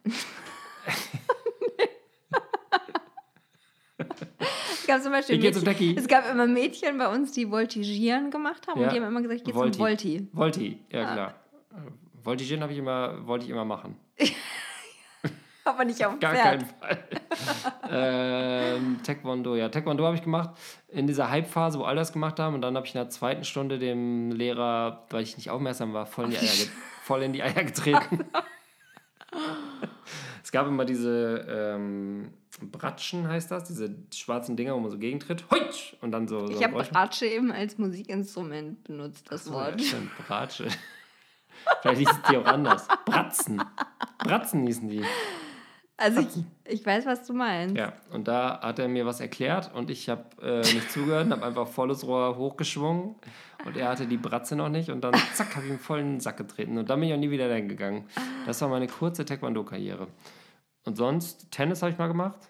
Es gab zum Beispiel Ich geh zum Mädchen- Techie. Es gab immer Mädchen bei uns, die Voltigieren gemacht haben Ja. und die haben immer gesagt, ich gehe zum Volti. Volti, ja Ah. klar. Voltigieren habe ich immer, wollte ich immer machen. Aber nicht auf dem Gar Pferd. keinen Fall. ähm, Taekwondo, ja. Taekwondo habe ich gemacht in dieser Hype-Phase, wo alle das gemacht haben. Und dann habe ich in der zweiten Stunde dem Lehrer, weil ich nicht aufmerksam war, voll in die Eier, ge- voll in die Eier getreten. Es gab immer diese ähm, Bratschen, heißt das, diese schwarzen Dinger, wo man so gegentritt. Heutsch! Und dann so. so Ich habe Geräusche. Bratsche eben als Musikinstrument benutzt, das So, Wort. ja, stimmt, Bratsche. Vielleicht hieß es die auch anders. Bratzen. Bratzen hießen die. Also ich, ich weiß, was du meinst. Ja, und da hat er mir was erklärt und ich habe äh, nicht zugehört und habe einfach volles Rohr hochgeschwungen und er hatte die Bratze noch nicht und dann zack, habe ich ihm voll in den Sack getreten und dann bin ich auch nie wieder dahin gegangen. Das war meine kurze Taekwondo-Karriere. Und sonst, Tennis habe ich mal gemacht.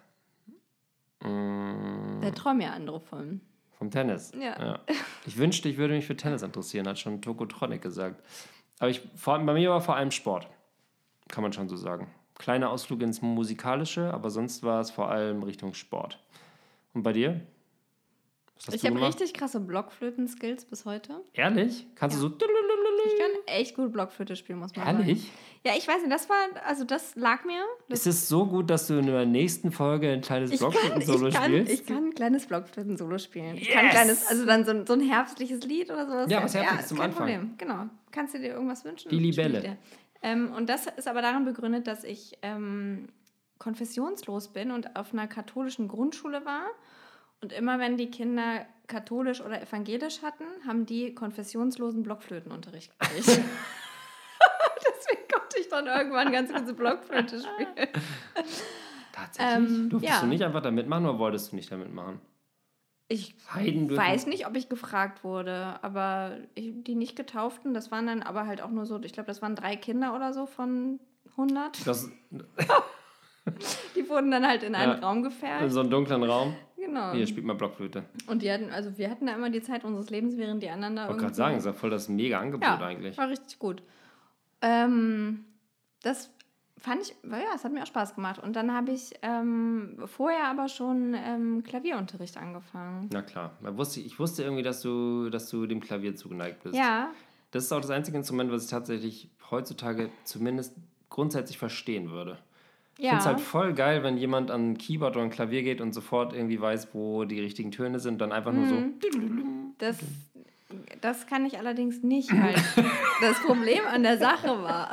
Mm, Da träumen ja andere von. vom Tennis. Ja. Ich wünschte, ich würde mich für Tennis interessieren, hat schon Tokotronic gesagt. Aber ich, vor, bei mir war vor allem Sport, kann man schon so sagen. Kleiner Ausflug ins Musikalische, aber sonst war es vor allem Richtung Sport. Und bei dir? Was hast Ich du habe gemacht? richtig krasse Blockflöten-Skills bis heute. Ehrlich? Kannst Ja. du so... Ich kann echt gut Blockflöte spielen, muss man Ehrlich? sagen. Ja, ich weiß nicht, das war, also das lag mir. Das Ist es so gut, dass du in der nächsten Folge ein kleines ich kann, Blockflöten-Solo ich, kann, spielst? ich kann ein kleines Blockflöten-Solo spielen. Ich kann ein Yes! kleines, also dann so, ein- so ein herbstliches Lied oder sowas. Ja, was Herbstliches zum kein Anfang. Problem, genau. Kannst du dir irgendwas wünschen? Die Libelle. Spiel ich dir. Ähm, und das ist aber daran begründet, dass ich ähm, konfessionslos bin und auf einer katholischen Grundschule war. Und immer wenn die Kinder katholisch oder evangelisch hatten, haben die konfessionslosen Blockflötenunterricht gekriegt. Deswegen konnte ich dann irgendwann ganz gute Blockflöte spielen. Tatsächlich? Ähm, Durftest ja. du nicht einfach da mitmachen oder wolltest du nicht da mitmachen? Ich Heiden dürfen- weiß nicht, ob ich gefragt wurde, aber ich, die nicht Getauften, das waren dann aber halt auch nur so, ich glaube, das waren drei Kinder oder so von hundert. Das, Die wurden dann halt in einen Ja. Raum in gefährt. so einem dunklen Raum. Genau. Hier, spielt mal Blockflöte. Und die hatten, also wir hatten da immer die Zeit unseres Lebens, während die anderen da Ich wollte gerade irgendwie- sagen, das ist ja voll das mega Angebot ja, eigentlich. war richtig gut. Ähm, das fand ich, ja, es hat mir auch Spaß gemacht. Und dann habe ich ähm, vorher aber schon ähm, Klavierunterricht angefangen. Na klar. Man wusste, ich wusste irgendwie, dass du, dass du dem Klavier zugeneigt bist. Ja, Das ist auch das einzige Instrument, was ich tatsächlich heutzutage zumindest grundsätzlich verstehen würde. Ich ja. finde es halt voll geil, wenn jemand an ein Keyboard oder ein Klavier geht und sofort irgendwie weiß, wo die richtigen Töne sind, dann einfach nur so. Das, das kann ich allerdings nicht, weil das Problem an der Sache war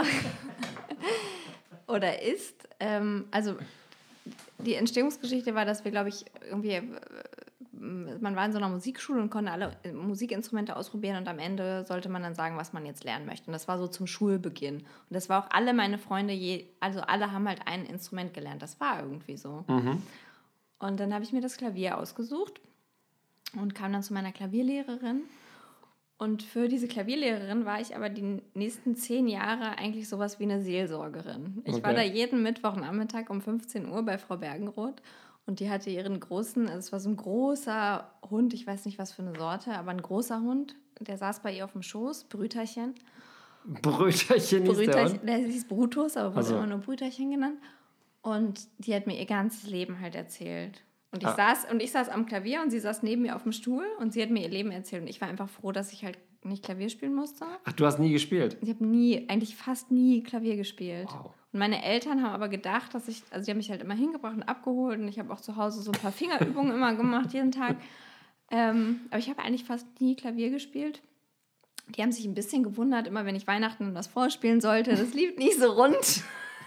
oder ist, ähm, also die Entstehungsgeschichte war, dass wir, glaube ich, irgendwie äh, man war in so einer Musikschule und konnte alle Musikinstrumente ausprobieren und am Ende sollte man dann sagen, was man jetzt lernen möchte. Und das war so zum Schulbeginn. Und das war auch alle meine Freunde, je, also alle haben halt ein Instrument gelernt. Das war irgendwie so. Mhm. Und dann habe ich mir das Klavier ausgesucht und kam dann zu meiner Klavierlehrerin. Und für diese Klavierlehrerin war ich aber die nächsten zehn Jahre eigentlich sowas wie eine Seelsorgerin. Ich okay. war da jeden Mittwochnachmittag um fünfzehn Uhr bei Frau Bergenroth und die hatte ihren großen, also es war so ein großer Hund, ich weiß nicht was für eine Sorte, aber ein großer Hund, der saß bei ihr auf dem Schoß, Brüterchen. Brüterchen hieß Brüterchen, der Hund? Der hieß Brutus, aber wurde also. immer nur Brüterchen genannt. Und die hat mir ihr ganzes Leben halt erzählt. Und ich, ah. saß, und ich saß am Klavier und sie saß neben mir auf dem Stuhl und sie hat mir ihr Leben erzählt. Und ich war einfach froh, dass ich halt nicht Klavier spielen musste. Ach, du hast nie gespielt? Ich habe nie, eigentlich fast nie Klavier gespielt. Wow. Und meine Eltern haben aber gedacht, dass ich, also die haben mich halt immer hingebracht und abgeholt und ich habe auch zu Hause so ein paar Fingerübungen immer gemacht, jeden Tag. Ähm, aber ich habe eigentlich fast nie Klavier gespielt. Die haben sich ein bisschen gewundert, immer wenn ich Weihnachten was vorspielen sollte. Das lief nicht so rund.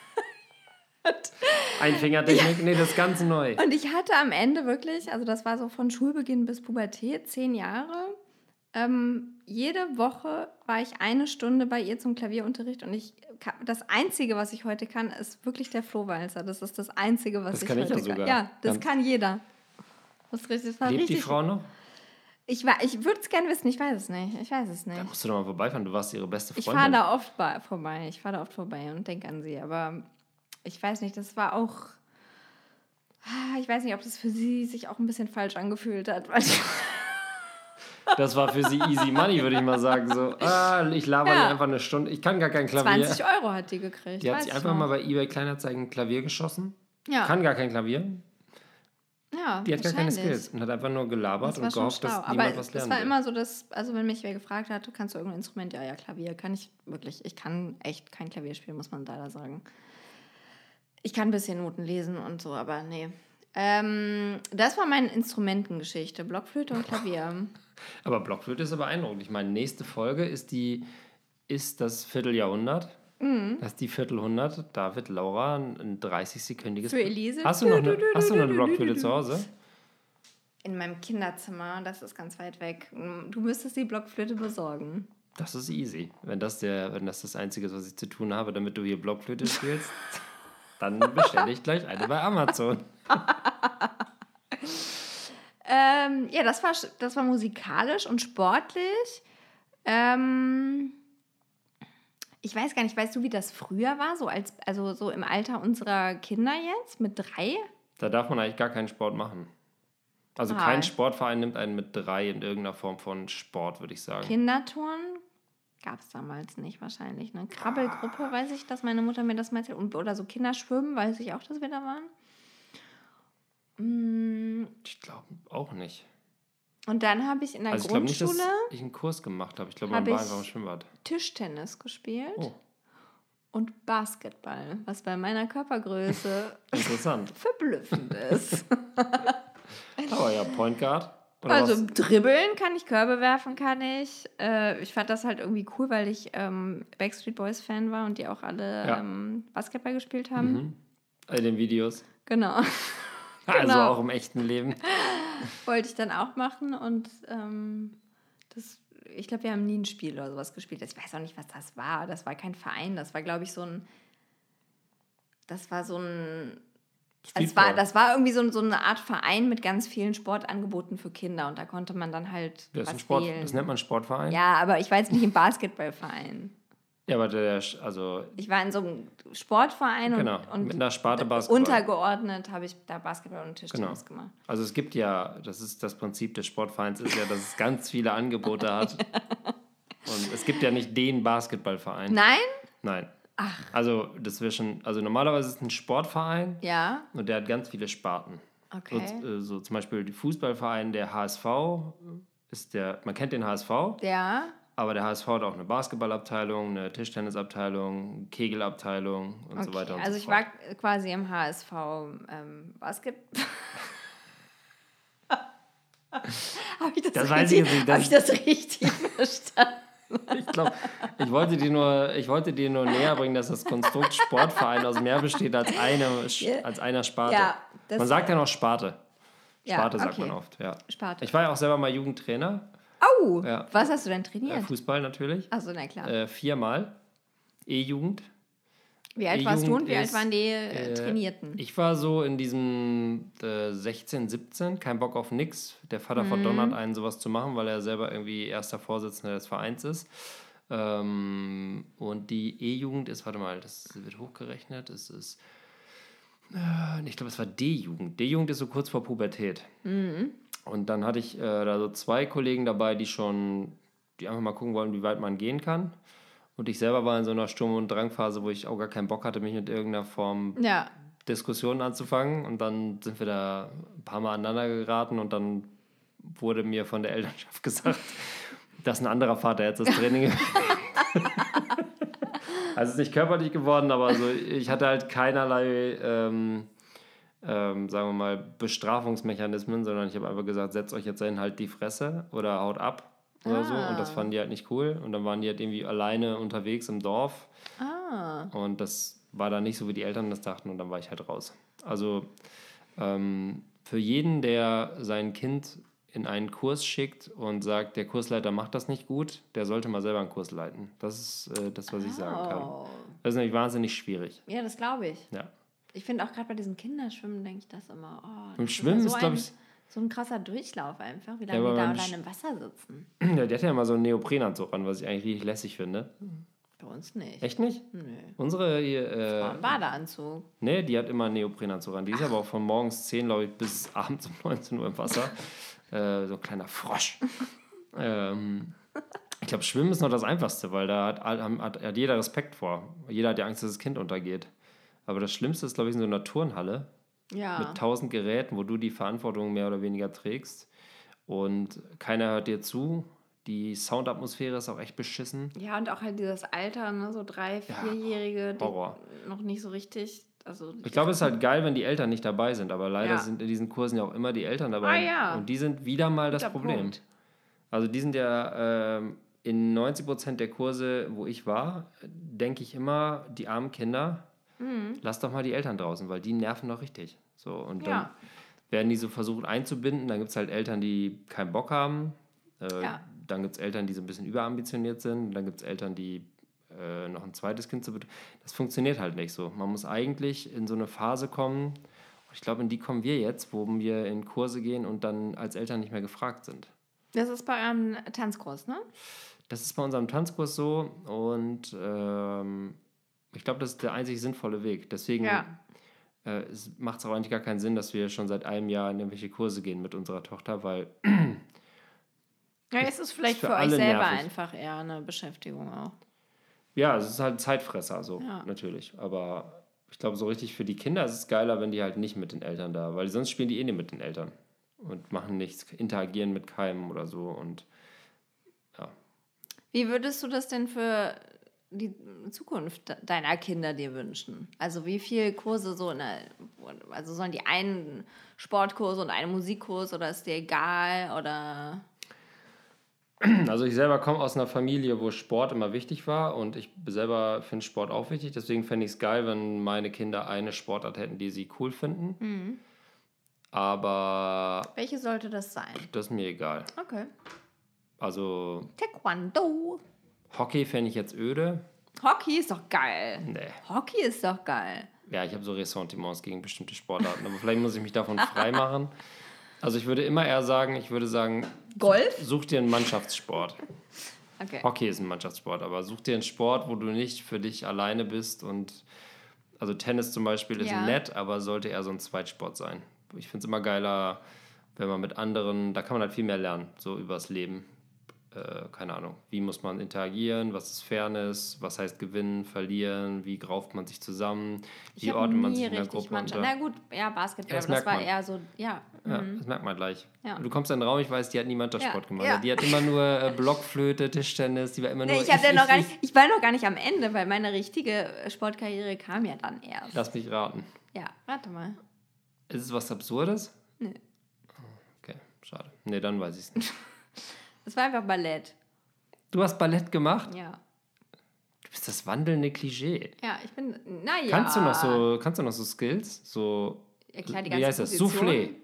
Einfingertechnik? Ja. Nee, das ist ganz neu. Und ich hatte am Ende wirklich, also das war so von Schulbeginn bis Pubertät, zehn Jahre. Ähm, jede Woche war ich eine Stunde bei ihr zum Klavierunterricht und ich das Einzige, was ich heute kann, ist wirklich der Flohwalzer. Das ist das Einzige, was das ich kann heute ich ja kann. sogar. Ja, das Ganz kann jeder. Das, das war Lebt richtig. die Frau noch? Ich, ich würde es gerne wissen, ich weiß es nicht. Ich weiß es nicht. Da musst du doch mal vorbeifahren, du warst ihre beste Freundin. Ich fahre da oft bei, vorbei. Ich fahre da oft vorbei und denke an sie, aber ich weiß nicht, das war auch, ich weiß nicht, ob das für sie sich auch ein bisschen falsch angefühlt hat. Weil das war für sie easy money, würde ich mal sagen. So, ah, ich laber ja. hier einfach eine Stunde, ich kann gar kein Klavier. zwanzig Euro hat die gekriegt. Die hat sich einfach noch. mal bei eBay Kleinanzeigen ein Klavier geschossen. Ja. Kann gar kein Klavier. Ja, die hat gar keine Skills und hat einfach nur gelabert und gehofft, dass aber niemand was lernen das war will. immer so, dass, also wenn mich wer gefragt hat, kannst du irgendein Instrument? Ja, ja, Klavier. Kann ich wirklich, ich kann echt kein Klavier spielen, muss man leider sagen. Ich kann ein bisschen Noten lesen und so, aber nee. Ähm, das war meine Instrumentengeschichte, Blockflöte und Klavier. Aber Blockflöte ist aber beeindruckend. Ich meine, nächste Folge ist die, ist das Vierteljahrhundert. Mhm. Das ist die Viertelhundert. Da wird Laura ein dreißig-sekündiges... Für Elise. Hast du noch eine, hast du noch eine Blockflöte zu Hause? In meinem Kinderzimmer, das ist ganz weit weg. Du müsstest die Blockflöte besorgen. Das ist easy. Wenn das, der, wenn das das Einzige ist, was ich zu tun habe, damit du hier Blockflöte spielst, dann bestelle ich gleich eine bei Amazon. ähm, ja, das war, das war musikalisch und sportlich. Ähm... Ich weiß gar nicht, weißt du, wie das früher war? So als, also so im Alter unserer Kinder jetzt, mit drei? Da darf man eigentlich gar keinen Sport machen. Also ah. kein Sportverein nimmt einen mit drei in irgendeiner Form von Sport, würde ich sagen. Kinderturnen gab es damals nicht wahrscheinlich. Ne? Krabbelgruppe, ah. weiß ich, dass meine Mutter mir das mal erzählt. Und, oder so Kinderschwimmen, weiß ich auch, dass wir da waren. Mm. Ich glaube auch nicht. Und dann habe ich in der also ich Grundschule... Ich glaube nicht, dass ich einen Kurs gemacht habe. Ich glaube, man war einfach im Schwimmbad. Tischtennis gespielt oh. und Basketball, was bei meiner Körpergröße interessant verblüffend ist. Aber ja, Point Guard. Oder also was? Dribbeln kann ich, Körbe werfen kann ich. Äh, ich fand das halt irgendwie cool, weil ich ähm, Backstreet Boys Fan war und die auch alle ja. ähm, Basketball gespielt haben. Mhm. In den Videos. Genau. Also genau. auch im echten Leben. Wollte ich dann auch machen und ähm, das, ich glaube, wir haben nie ein Spiel oder sowas gespielt. Ich weiß auch nicht, was das war. Das war kein Verein, das war, glaube ich, so ein, das war so ein, also war, das war irgendwie so, so eine Art Verein mit ganz vielen Sportangeboten für Kinder und da konnte man dann halt das was ist ein Sport, wählen. Das nennt man Sportverein? Ja, aber ich war jetzt nicht im Basketballverein. Ja, aber der, also... Ich war in so einem Sportverein genau, und, und mit einer Sparte Basketball. Untergeordnet habe ich da Basketball und Tischtennis genau. gemacht. Also es gibt ja, das ist das Prinzip des Sportvereins, ist ja, dass es ganz viele Angebote hat. Und es gibt ja nicht den Basketballverein. Nein? Nein. Ach. Also das wäre schon, also normalerweise ist es ein Sportverein. Ja. Und der hat ganz viele Sparten. Okay. So, so zum Beispiel die Fußballverein, der H S V ist der, man kennt den H S V. Ja. Aber der H S V hat auch eine Basketballabteilung, eine Tischtennisabteilung, eine Kegelabteilung und okay, so weiter und also so ich fort. war quasi im H S V ähm, Basketball. Habe ich das, das richtig, weiß ich nicht, hab ich das richtig verstanden? Ich glaube, ich wollte dir nur, ich wollte dir nur näher bringen, dass das Konstrukt Sportverein aus mehr besteht als, eine, als einer Sparte. Ja, Man sagt ja noch Sparte. Sparte ja, sagt okay. man oft, ja. Sparte. Ich war ja auch selber mal Jugendtrainer. Oh, ja. was hast du denn Äh, trainiert? Fußball natürlich. Achso, na klar. Äh, viermal. E-Jugend. Wie alt warst du und wie alt ist, waren die äh, äh, Trainierten? Ich war so in diesem äh, sechzehn, siebzehn, kein Bock auf nix. Der Vater Mhm. verdonnert einen, sowas zu machen, weil er selber irgendwie erster Vorsitzender des Vereins ist. Ähm, und die E-Jugend ist, warte mal, das wird hochgerechnet, es ist, äh, ich glaube, es war D-Jugend. D-Jugend ist so kurz vor Pubertät. Mhm. Und dann hatte ich äh, da so zwei Kollegen dabei, die schon, die einfach mal gucken wollen, wie weit man gehen kann. Und ich selber war in so einer Sturm- und Drangphase, wo ich auch gar keinen Bock hatte, mich mit irgendeiner Form Ja. Diskussionen anzufangen. Und dann sind wir da ein paar Mal aneinander geraten und dann wurde mir von der Elternschaft gesagt, dass ein anderer Vater jetzt das Training Also es ist nicht körperlich geworden, aber so, ich hatte halt keinerlei, ähm, ähm, sagen wir mal, Bestrafungsmechanismen, sondern ich habe einfach gesagt, setzt euch jetzt hin, halt die Fresse oder haut ab oder Ah. so. Und das fanden die halt nicht cool. Und dann waren die halt irgendwie alleine unterwegs im Dorf. Ah. Und das war dann nicht so, wie die Eltern das dachten. Und dann war ich halt raus. Also ähm, für jeden, der sein Kind in einen Kurs schickt und sagt, der Kursleiter macht das nicht gut, der sollte mal selber einen Kurs leiten. Das ist äh, das, was ich sagen kann. Oh. Das ist nämlich wahnsinnig schwierig. Ja, das glaube ich. Ja. Ich finde auch gerade bei diesem Kinderschwimmen, denke ich das immer. Oh, Im das Schwimmen ist, ist, so glaube ein, ich, so ein krasser Durchlauf einfach, wie Ja, lange aber die da beim allein Sch- im Wasser sitzen. ja, der hat ja immer so einen Neoprenanzug an, was ich eigentlich richtig lässig finde. Bei uns nicht. Echt nicht? Nö. Unsere hier, äh, War ein Badeanzug. nee, die hat immer einen Neoprenanzug an. Die ist aber auch von morgens zehn, glaube ich, bis abends um neunzehn Uhr im Wasser. äh, so ein kleiner Frosch. ähm, ich glaube, Schwimmen ist noch das Einfachste, weil da hat, all- hat, hat jeder Respekt vor. Jeder hat ja Angst, dass das Kind untergeht. Aber das Schlimmste ist, glaube ich, in so einer Turnhalle Ja. mit tausend Geräten, wo du die Verantwortung mehr oder weniger trägst. Und keiner hört dir zu. Die Soundatmosphäre ist auch echt beschissen. Ja, und auch halt dieses Alter, ne? So drei, vierjährige, die Horror. noch nicht so richtig. Also Ich glaube, es ist halt geil, wenn die Eltern nicht dabei sind, aber leider Ja. sind in diesen Kursen ja auch immer die Eltern dabei. Ah, ja. Und die sind wieder mal das Guter Problem. Punkt. Also die sind ja ähm, in neunzig Prozent der Kurse, wo ich war, denke ich immer, die armen Kinder, Mhm. lass doch mal die Eltern draußen, weil die nerven doch richtig. So, und dann Ja. werden die so versucht einzubinden. Dann gibt es halt Eltern, die keinen Bock haben. Äh, Ja. Dann gibt es Eltern, die so ein bisschen überambitioniert sind. Dann gibt es Eltern, die äh, noch ein zweites Kind zu betreuen. Das funktioniert halt nicht so. Man muss eigentlich in so eine Phase kommen, und ich glaube, in die kommen wir jetzt, wo wir in Kurse gehen und dann als Eltern nicht mehr gefragt sind. Das ist bei eurem Tanzkurs, ne? Das ist bei unserem Tanzkurs so und ähm, ich glaube, das ist der einzig sinnvolle Weg. Deswegen Ja. äh, es macht es auch eigentlich gar keinen Sinn, dass wir schon seit einem Jahr in irgendwelche Kurse gehen mit unserer Tochter, weil Ja, es ist vielleicht für für, euch alle selber nervig. einfach eher eine Beschäftigung auch. ja, es ist halt ein Zeitfresser, so Ja. natürlich. Aber ich glaube, so richtig für die Kinder ist es geiler, wenn die halt nicht mit den Eltern da, weil sonst spielen die eh nicht mit den Eltern und machen nichts, interagieren mit keinem oder so und Wie würdest du das denn für die Zukunft deiner Kinder dir wünschen? Also wie viele Kurse so, in der, also sollen die einen Sportkurs und einen Musikkurs oder ist dir egal oder? Also ich selber komme aus einer Familie, wo Sport immer wichtig war und ich selber finde Sport auch wichtig. Deswegen fände ich es geil, wenn meine Kinder eine Sportart hätten, die sie cool finden. Mhm. Aber Welche sollte das sein? das ist mir egal. Okay. Also Taekwondo. Hockey fände ich jetzt öde. Hockey ist doch geil. Nee. Hockey ist doch geil. Ja, ich habe so Ressentiments gegen bestimmte Sportarten. Aber vielleicht muss ich mich davon freimachen. Also ich würde immer eher sagen, ich würde sagen, Golf? such dir einen Mannschaftssport. Okay. Hockey ist ein Mannschaftssport, aber such dir einen Sport, wo du nicht für dich alleine bist und also Tennis zum Beispiel ist Ja. nett, aber sollte eher so ein Zweitsport sein. Ich finde es immer geiler, wenn man mit anderen, da kann man halt viel mehr lernen, so übers Leben. Äh, keine Ahnung, wie muss man interagieren, was ist Fairness, was heißt gewinnen, verlieren, wie rauft man sich zusammen, Ich wie habe ordnet man nie sich in der richtig Gruppe Mannschaft. unter. Na gut, ja, Basketball, Ja, das aber das merkt war man. eher so, ja. Ja, das merkt man gleich. Ja. Du kommst in den Raum, ich weiß, die hat nie Mannschaftssport Ja, gemacht. ja. Die hat immer nur äh, Blockflöte, Tischtennis, die war immer nur Nee, ich, hatte ich, noch ich, gar ich. nicht, ich war noch gar nicht am Ende, weil meine richtige Sportkarriere kam ja dann erst. Lass mich raten. Ja, warte mal. Ist es was Absurdes? Nö. Okay, schade. Nee, dann weiß ich es nicht. Das war einfach Ballett. Du hast Ballett gemacht? Ja. Du bist das wandelnde Klischee. Ja, ich bin, naja. Kannst du noch so, kannst du noch so Skills? So, Ja, klar, die wie ganze heißt das? Position. Soufflé.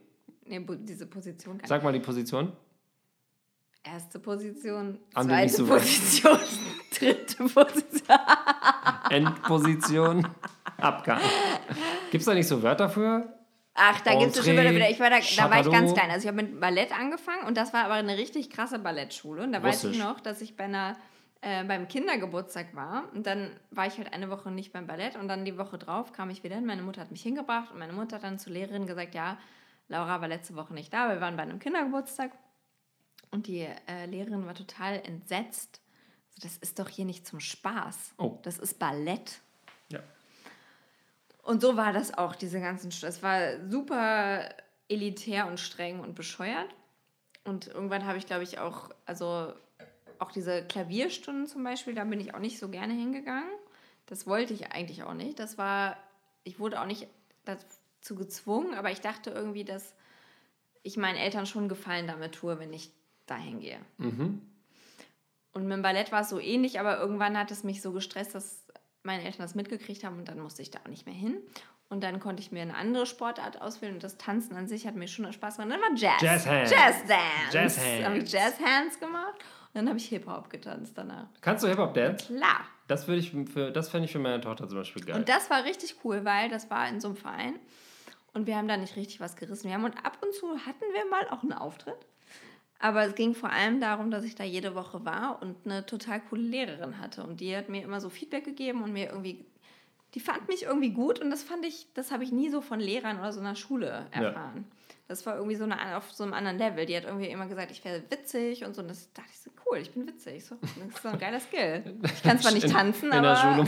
Nee, diese Position. Sag mal die Position. Erste Position, An zweite so Position, dritte Position. Endposition, Abgang. Gibt es da nicht so Wörter für? Ach, da gibt es schon wieder wieder. Ich war da, da war ich ganz Chateau. klein. Also ich habe mit Ballett angefangen und das war aber eine richtig krasse Ballettschule. Und da weiß ich Russisch. noch, dass ich bei einer, äh, beim Kindergeburtstag war. Und dann war ich halt eine Woche nicht beim Ballett. Und dann die Woche drauf kam ich wieder hin. Meine Mutter hat mich hingebracht. Und meine Mutter hat dann zur Lehrerin gesagt, ja, Laura war letzte Woche nicht da. Wir waren bei einem Kindergeburtstag. Und die äh, Lehrerin war total entsetzt. So, das ist doch hier nicht zum Spaß. Oh. Das ist Ballett. Ja. Und so war das auch, diese ganzen St- Es war super elitär und streng und bescheuert. Und irgendwann habe ich, glaube ich, auch, also auch diese Klavierstunden zum Beispiel, da bin ich auch nicht so gerne hingegangen. Das wollte ich eigentlich auch nicht. Das war, ich wurde auch nicht dazu gezwungen, aber ich dachte irgendwie, dass ich meinen Eltern schon einen Gefallen damit tue, wenn ich dahin gehe. Mhm. Und mit dem Ballett war es so ähnlich, aber irgendwann hat es mich so gestresst, dass meine Eltern das mitgekriegt haben und dann musste ich da auch nicht mehr hin. Und dann konnte ich mir eine andere Sportart auswählen und das Tanzen an sich hat mir schon Spaß gemacht. Und dann war Jazz. Jazz Hands. Jazz Dance. Jazz Hands. Habe ich Jazz Hands gemacht und dann habe ich Hip-Hop getanzt danach. Kannst du Hip-Hop-Dance? Klar. Das, würde ich für, das fände ich für meine Tochter zum Beispiel geil. Und das war richtig cool, weil das war in so einem Verein und wir haben da nicht richtig was gerissen. Wir haben und ab und zu hatten wir mal auch einen Auftritt. Aber es ging vor allem darum, dass ich da jede Woche war und eine total coole Lehrerin hatte. Und die hat mir immer so Feedback gegeben und mir irgendwie, die fand mich irgendwie gut und das fand ich, das habe ich nie so von Lehrern oder so einer Schule erfahren. Ja. Das war irgendwie so eine, auf so einem anderen Level. Die hat irgendwie immer gesagt, ich wäre witzig und so. Und das dachte ich so, cool, ich bin witzig. So, das ist so ein geiler Skill. Ich kann zwar nicht tanzen, in, in aber... Der Schule.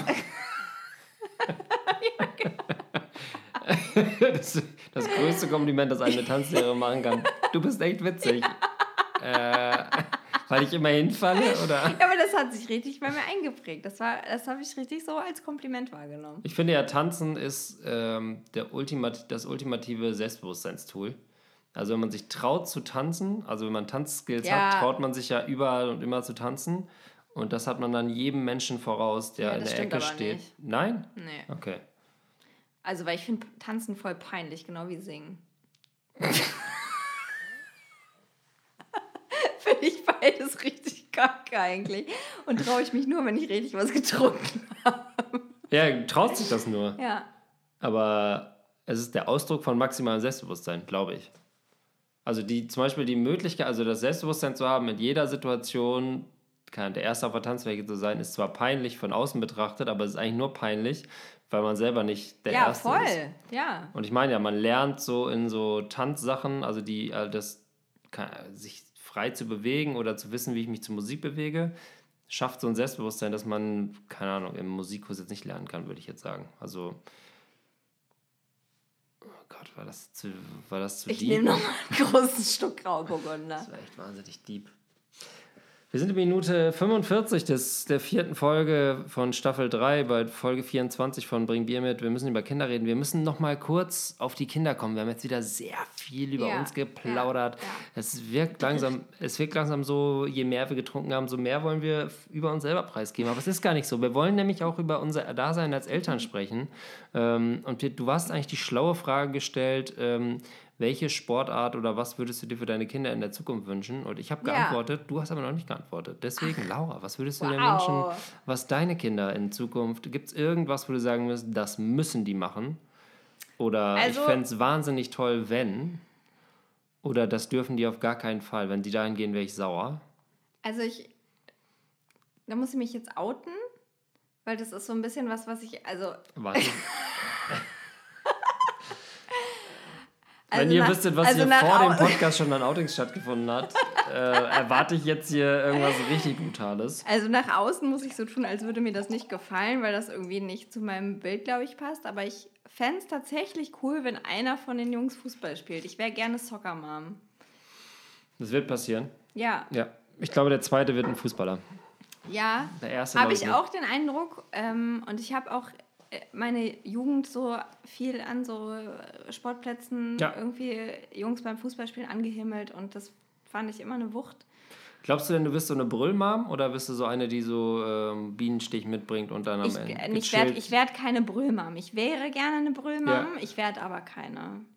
Ja, genau. das, das größte Kompliment, das eine Tanzlehrerin machen kann. Du bist echt witzig. Äh, weil ich immer hinfalle, oder? Ja, aber das hat sich richtig bei mir eingeprägt. Das war, das habe ich richtig so als Kompliment wahrgenommen. Ich finde ja, Tanzen ist ähm, der Ultimat- das ultimative Selbstbewusstseinstool. Also wenn man sich traut zu tanzen, also wenn man Tanzskills ja. hat, traut man sich ja überall und immer zu tanzen. Und das hat man dann jedem Menschen voraus, der ja, in der Ecke steht. Nicht. Nein? Nee. Okay. Also, weil ich finde Tanzen voll peinlich, genau wie Singen. Finde ich beides richtig kacke eigentlich. Und traue ich mich nur, wenn ich richtig was getrunken habe. Ja, traut sich das nur. Ja. Aber es ist der Ausdruck von maximalem Selbstbewusstsein, glaube ich. Also die, zum Beispiel die Möglichkeit, also das Selbstbewusstsein zu haben in jeder Situation, kann der Erste auf der Tanzfläche zu sein, ist zwar peinlich von außen betrachtet, aber es ist eigentlich nur peinlich, weil man selber nicht der ja, Erste voll. ist. Ja, voll. Ja. Und ich meine ja, man lernt so in so Tanzsachen, also die, das kann, sich frei zu bewegen oder zu wissen, wie ich mich zur Musik bewege, schafft so ein Selbstbewusstsein, dass man, keine Ahnung, im Musikkurs jetzt nicht lernen kann, würde ich jetzt sagen. Also, oh Gott, war das zu, war das zu ich deep? Ich nehme nochmal einen großen Schluck Grauburgunder. Das war echt wahnsinnig deep. Wir sind in Minute fünfundvierzig des, der vierten Folge von Staffel drei, bei Folge vierundzwanzig von Bring Bier mit. Wir müssen über Kinder reden. Wir müssen noch mal kurz auf die Kinder kommen. Wir haben jetzt wieder sehr viel über ja, uns geplaudert. Ja, ja. Es wirkt langsam, es wirkt langsam so, je mehr wir getrunken haben, so mehr wollen wir über uns selber preisgeben. Aber es ist gar nicht so. Wir wollen nämlich auch über unser Dasein als Eltern sprechen. Und wir, du hast eigentlich die schlaue Frage gestellt, welche Sportart oder was würdest du dir für deine Kinder in der Zukunft wünschen? Und ich habe geantwortet, ja. Du hast aber noch nicht geantwortet. Deswegen, Ach, Laura, was würdest du wow. dir wünschen, was deine Kinder in Zukunft, gibt es irgendwas, wo du sagen wirst, das müssen die machen? Oder also, ich fände es wahnsinnig toll, wenn? Oder das dürfen die auf gar keinen Fall. Wenn die dahin gehen, wäre ich sauer. Also ich, da muss ich mich jetzt outen, weil das ist so ein bisschen was, was ich, also... Warte. Also Wenn ihr nach, wüsstet, was also hier vor Au- dem Podcast schon an Outings stattgefunden hat, äh, erwarte ich jetzt hier irgendwas richtig Brutales. Also nach außen muss ich so tun, als würde mir das nicht gefallen, weil das irgendwie nicht zu meinem Bild, glaube ich, passt. Aber ich fände es tatsächlich cool, wenn einer von den Jungs Fußball spielt. Ich wäre gerne Soccer-Mom. Das wird passieren? Ja. Ja. Ich glaube, der zweite wird ein Fußballer. Ja, der erste habe ich nicht. auch den Eindruck. Ähm, und ich habe auch meine Jugend so viel an so Sportplätzen ja. irgendwie Jungs beim Fußballspielen angehimmelt und das fand ich immer eine Wucht. Glaubst du denn, du bist so eine Brüllmam oder bist du so eine, die so ähm, Bienenstich mitbringt und dann am ich, Ende Ich werde ich werd keine Brüllmam. Ich wäre gerne eine Brüllmam, ja. ich werde aber keine.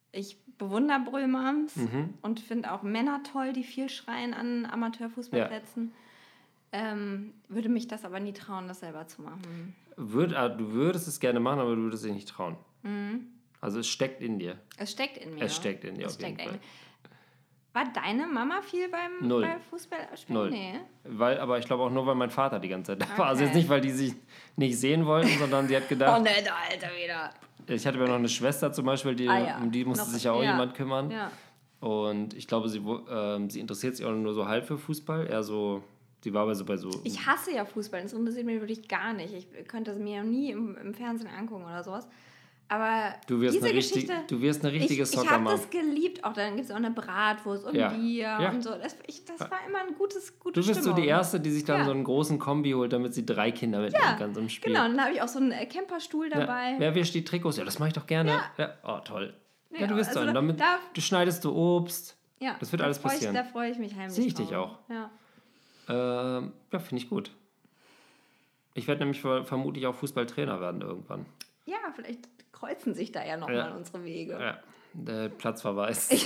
Ich bewundere Brüllmoms Mhm. und finde auch Männer toll, die viel schreien an Amateurfußballplätzen. Ja. Ähm, würde mich das aber nie trauen, das selber zu machen. Würd, ah, du würdest es gerne machen, aber du würdest dich nicht trauen. Mhm. Also es steckt in dir. Es steckt in mir. Es steckt in dir es auf jeden Fall. War deine Mama viel beim Null. bei Fußballspielen? Null. Nee. Weil, aber ich glaube auch nur, weil mein Vater die ganze Zeit da Okay. war. Also jetzt nicht, weil die sich nicht sehen wollten, sondern sie hat gedacht... Oh ne, der Alter wieder. Ich hatte ja noch eine Schwester zum Beispiel, die, Ah, ja. um die musste noch, sich ja auch ja. jemand kümmern. Ja. Und ich glaube, sie, ähm, sie interessiert sich auch nur so halb für Fußball. Eher so, sie war aber so bei so... Ich hasse ja Fußball, das interessiert mich wirklich gar nicht. Ich könnte es mir nie im, im Fernsehen angucken oder sowas. Aber du wirst diese eine richtig, Geschichte... Du wirst eine richtige ich, Soccer-Mom. Ich habe das geliebt. Auch dann gibt es auch eine Bratwurst und Ja. Bier Ja. und so. Das, ich, das war immer ein gutes, gute Du bist Stimmung. so die Erste, die sich dann Ja. so einen großen Kombi holt, damit sie drei Kinder mitnehmen Ja, kann zum Spiel. genau. Und dann habe ich auch so einen äh, Camperstuhl dabei. Ja. Wer wäscht die Trikots? Ja, das mache ich doch gerne. Ja. Ja. Oh, toll. Nee, Ja, du wirst also so da- ein. Damit, da- du schneidest du Obst. Ja, Das wird da alles freu ich, passieren. Da freue ich mich heimlich Sehe ich dich drauf. auch. Ja. Ähm, ja, finde ich gut. Ich werde nämlich ver- vermutlich auch Fußballtrainer werden irgendwann. ja, vielleicht kreuzen sich da ja nochmal Ja. mal unsere Wege. Ja, der Platzverweis.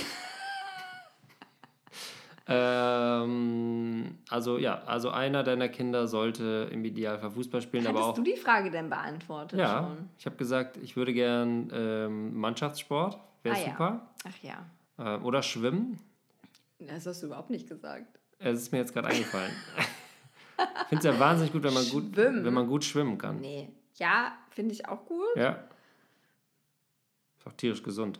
ähm, also ja, also einer deiner Kinder sollte im Idealfall Fußball spielen, Hattest aber auch... du die Frage denn beantwortet Ja, schon? ich habe gesagt, ich würde gern ähm, Mannschaftssport, wäre Ah, ja. super. Ach ja, Äh, oder Schwimmen. das hast du überhaupt nicht gesagt. Es ist mir jetzt gerade eingefallen. Ich finde es ja wahnsinnig gut, wenn man gut, Schwimmen? wenn man gut schwimmen kann. Nee. Ja, finde ich auch gut. Ja. Ist auch tierisch gesund.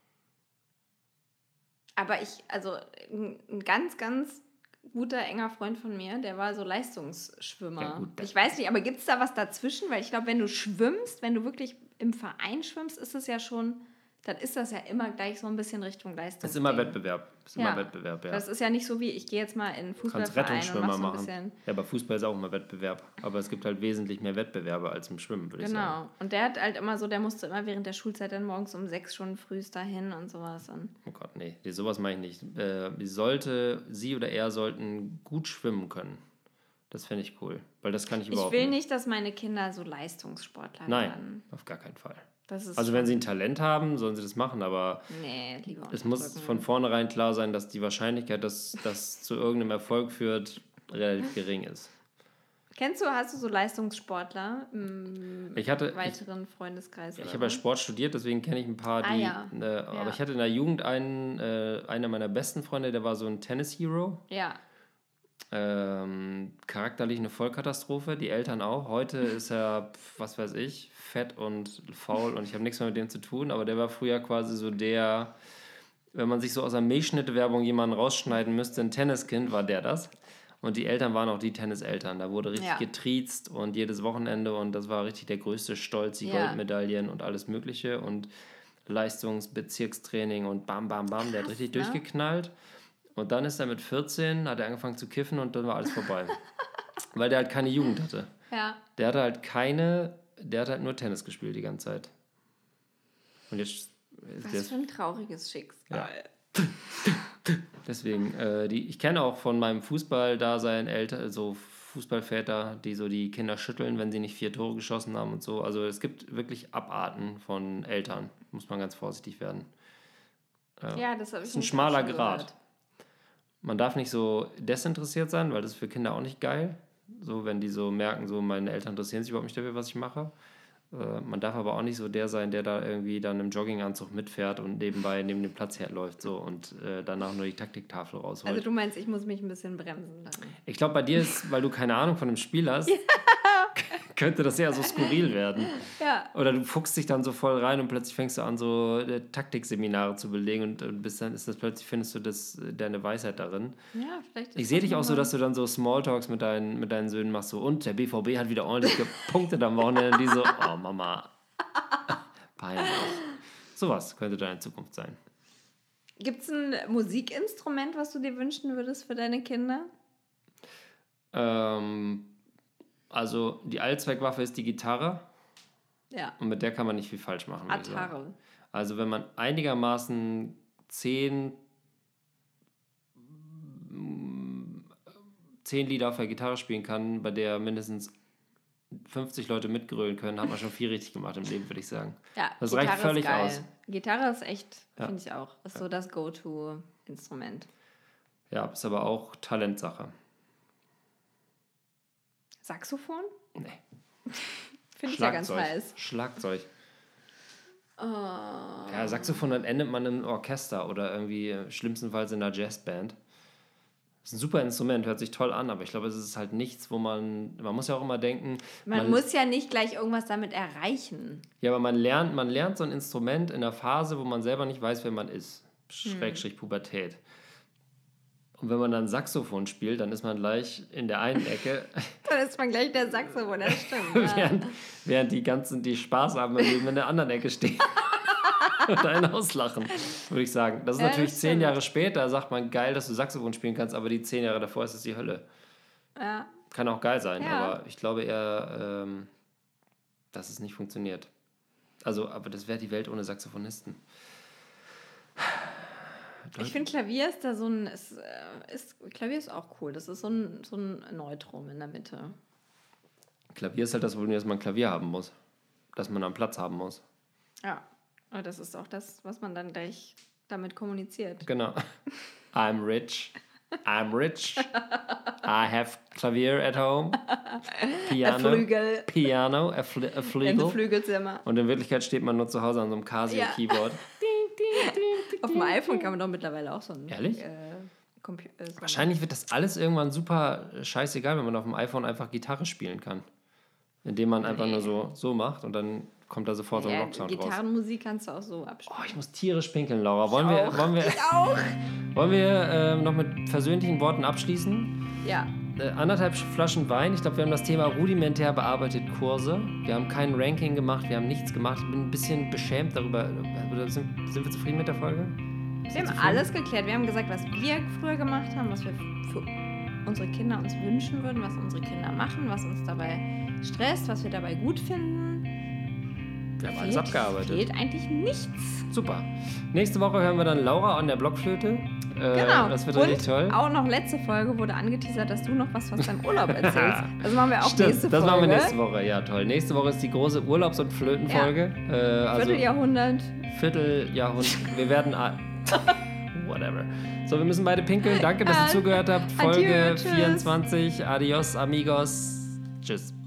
Aber ich, also ein, ein ganz, ganz guter, enger Freund von mir, der war so Leistungsschwimmer. Ja, gut, das- ich weiß nicht, aber gibt es da was dazwischen? Weil ich glaube, wenn du schwimmst, wenn du wirklich im Verein schwimmst, ist es ja schon, dann ist das ja immer gleich so ein bisschen Richtung Leistung. Das ist immer Wettbewerb. Das ist Ja. immer Wettbewerb, ja. Das ist ja nicht so wie, ich gehe jetzt mal in einen Du kannst Fußballverein und Rettungsschwimmer mach so ein machen. bisschen... Ja, aber Fußball ist auch immer Wettbewerb. Aber es gibt halt wesentlich mehr Wettbewerbe als im Schwimmen, würde ich sagen. Genau. Und der hat halt immer so, der musste immer während der Schulzeit dann morgens um sechs schon frühst dahin und sowas. Und Oh Gott, nee, nee, sowas mache ich nicht. Äh, sie sollte, sie oder er sollten gut schwimmen können. Das fände ich cool. Weil das kann ich ich überhaupt will nicht. nicht, dass meine Kinder so Leistungssportler Nein, werden. auf gar keinen Fall. Das ist Also schon- wenn sie ein Talent haben, sollen sie das machen, aber Nee, lieber es muss unterdrücken. von vornherein klar sein, dass die Wahrscheinlichkeit, dass das zu irgendeinem Erfolg führt, relativ gering ist. Kennst du, hast du so Leistungssportler im Ich hatte, ich, weiteren Freundeskreis? ich oder habe ja so? Sport studiert, deswegen kenne ich ein paar, Ah, die. ja. Äh, Ja. Aber ich hatte in der Jugend einen, äh, einer meiner besten Freunde, der war so ein Tennis-Hero. Ja. Ähm, charakterlich eine Vollkatastrophe, die Eltern auch. Heute ist er, pf, was weiß ich, fett und faul und ich habe nichts mehr mit dem zu tun, aber der war früher quasi so der, wenn man sich so aus einer Milchschnittwerbung jemanden rausschneiden müsste, ein Tenniskind, war der das. Und die Eltern waren auch die Tenniseltern. Da wurde richtig Ja. getriezt und jedes Wochenende und das war richtig der größte Stolz, die Ja. Goldmedaillen und alles Mögliche und Leistungsbezirkstraining und bam, bam, bam, der hat Krass, richtig ne? durchgeknallt. Und dann ist er mit vierzehn, hat er angefangen zu kiffen und dann war alles vorbei. Weil der halt keine Jugend hatte. Ja. Der hatte halt keine, der hat halt nur Tennis gespielt die ganze Zeit. Und jetzt, der Was ist, für ein trauriges Schicksal. deswegen, äh, die, ich kenne auch von meinem Fußball-Dasein Eltern, so Fußballväter, die so die Kinder schütteln, wenn sie nicht vier Tore geschossen haben und so. Also es gibt wirklich Abarten von Eltern, muss man ganz vorsichtig werden. Ja, das habe ich ist ein nämlich schmaler auch schon Grat. gehört. Man darf nicht so desinteressiert sein, weil das ist für Kinder auch nicht geil. So, wenn die so merken, so meine Eltern interessieren sich überhaupt nicht dafür, was ich mache. Äh, man darf aber auch nicht so der sein, der da irgendwie dann im Jogginganzug mitfährt und nebenbei neben dem Platz herläuft so und äh, danach nur die Taktiktafel rausholt. Also du meinst, ich muss mich ein bisschen bremsen dann. Ich glaube, bei dir ist, weil du keine Ahnung von dem Spiel hast, könnte das eher so skurril werden. Ja. Oder du fuchst dich dann so voll rein und plötzlich fängst du an, so äh, Taktikseminare zu belegen und, und bis dann ist das plötzlich, findest du das, äh, deine Weisheit darin. Ja, vielleicht ist Ich sehe das dich auch so, nochmal- dass du dann so Smalltalks mit deinen, mit deinen Söhnen machst, so und der B V B hat wieder ordentlich gepunktet am Wochenende. Die so, oh Mama, peinlich. Sowas könnte deine Zukunft sein. Gibt es ein Musikinstrument, was du dir wünschen würdest für deine Kinder? Ähm, also die Allzweckwaffe ist die Gitarre Ja. und mit der kann man nicht viel falsch machen. würde ich sagen. Atare. Also wenn man einigermaßen zehn, zehn Lieder auf der Gitarre spielen kann, bei der mindestens fünfzig Leute mitgrölen können, hat man schon viel richtig gemacht im Leben, würde ich sagen. Ja, das Gitarre reicht völlig ist geil. aus. Gitarre ist echt, Ja. finde ich auch, ist so das Go-To-Instrument. Ja, ist aber auch Talentsache. Saxophon? Nee. Finde ich ja ganz Schlagzeug. heiß. Schlagzeug. Oh. Ja, Saxophon, dann endet man im Orchester oder irgendwie äh, schlimmstenfalls in einer Jazzband. Das ist ein super Instrument, hört sich toll an, aber ich glaube, es ist halt nichts, wo man, man muss ja auch immer denken... Man, man muss ja nicht gleich irgendwas damit erreichen. Ja, aber man lernt, man lernt so ein Instrument in einer Phase, wo man selber nicht weiß, wer man ist. Schrägstrich Pubertät. Und wenn man dann Saxophon spielt, dann ist man gleich in der einen Ecke, Dann ist man gleich der Saxophon, das stimmt. Ja. während, während die ganzen, die Spaß haben, im Leben in der anderen Ecke stehen. Und einen auslachen, würde ich sagen. Das ist Ja, natürlich das zehn stimmt. Jahre später, sagt man, geil, dass du Saxophon spielen kannst, aber die zehn Jahre davor ist es die Hölle. Ja. Kann auch geil sein, Ja. aber ich glaube eher, ähm, dass es nicht funktioniert. Also, aber das wäre die Welt ohne Saxophonisten. Ich finde, Klavier ist da so ein, ist, äh, ist, Klavier ist auch cool. Das ist so ein, so ein Neutrum in der Mitte. Klavier ist halt das Problem, dass man ein Klavier haben muss. Dass man einen Platz haben muss. Ja, aber das ist auch das, was man dann gleich damit kommuniziert. Genau. I'm rich. I'm rich. I have Klavier at home. Piano. Ein Flügel. Piano, a, fl a Im Flügel. Flügelzimmer. Und in Wirklichkeit steht man nur zu Hause an so einem Casio-Keyboard. Auf dem iPhone kann man doch mittlerweile auch so ein... Ehrlich? Äh, Compu- äh, so Wahrscheinlich wird das alles irgendwann super scheißegal, wenn man auf dem iPhone einfach Gitarre spielen kann. Indem man einfach nur so, so macht und dann kommt da sofort so ein ja, Rocksound raus. Gitarrenmusik kannst du auch so abspielen. Oh, ich muss tierisch pinkeln, Laura. Wollen wir, auch. wollen wir, Ich auch. wollen wir ähm, noch mit versöhnlichen Worten abschließen? Ja. Äh, anderthalb Flaschen Wein. Ich glaube, wir haben das Thema rudimentär bearbeitet, Kurse. Wir haben kein Ranking gemacht, wir haben nichts gemacht. Ich bin ein bisschen beschämt darüber. Oder sind, sind wir zufrieden mit der Folge? Wir haben alles geklärt. Wir haben gesagt, was wir früher gemacht haben, was wir für unsere Kinder uns wünschen würden, was unsere Kinder machen, was uns dabei stresst, was wir dabei gut finden. Wir haben alles abgearbeitet. Fehlt eigentlich nichts. Super. Nächste Woche hören wir dann Laura an der Blockflöte. Äh, Genau. Das wird Und richtig toll. auch noch letzte Folge wurde angeteasert, dass du noch was aus deinem Urlaub erzählst. Das machen wir auch Stimmt, nächste das Folge. machen wir nächste Woche. Ja, toll. Nächste Woche ist die große Urlaubs- und Flötenfolge. Ja. Äh, also Vierteljahrhundert. Vierteljahrhundert. Wir werden... a- Whatever. So, wir müssen beide pinkeln. Danke, dass ihr Ja. zugehört habt. Folge Adieu, tschüss. vierundzwanzig. Adios, amigos. Tschüss.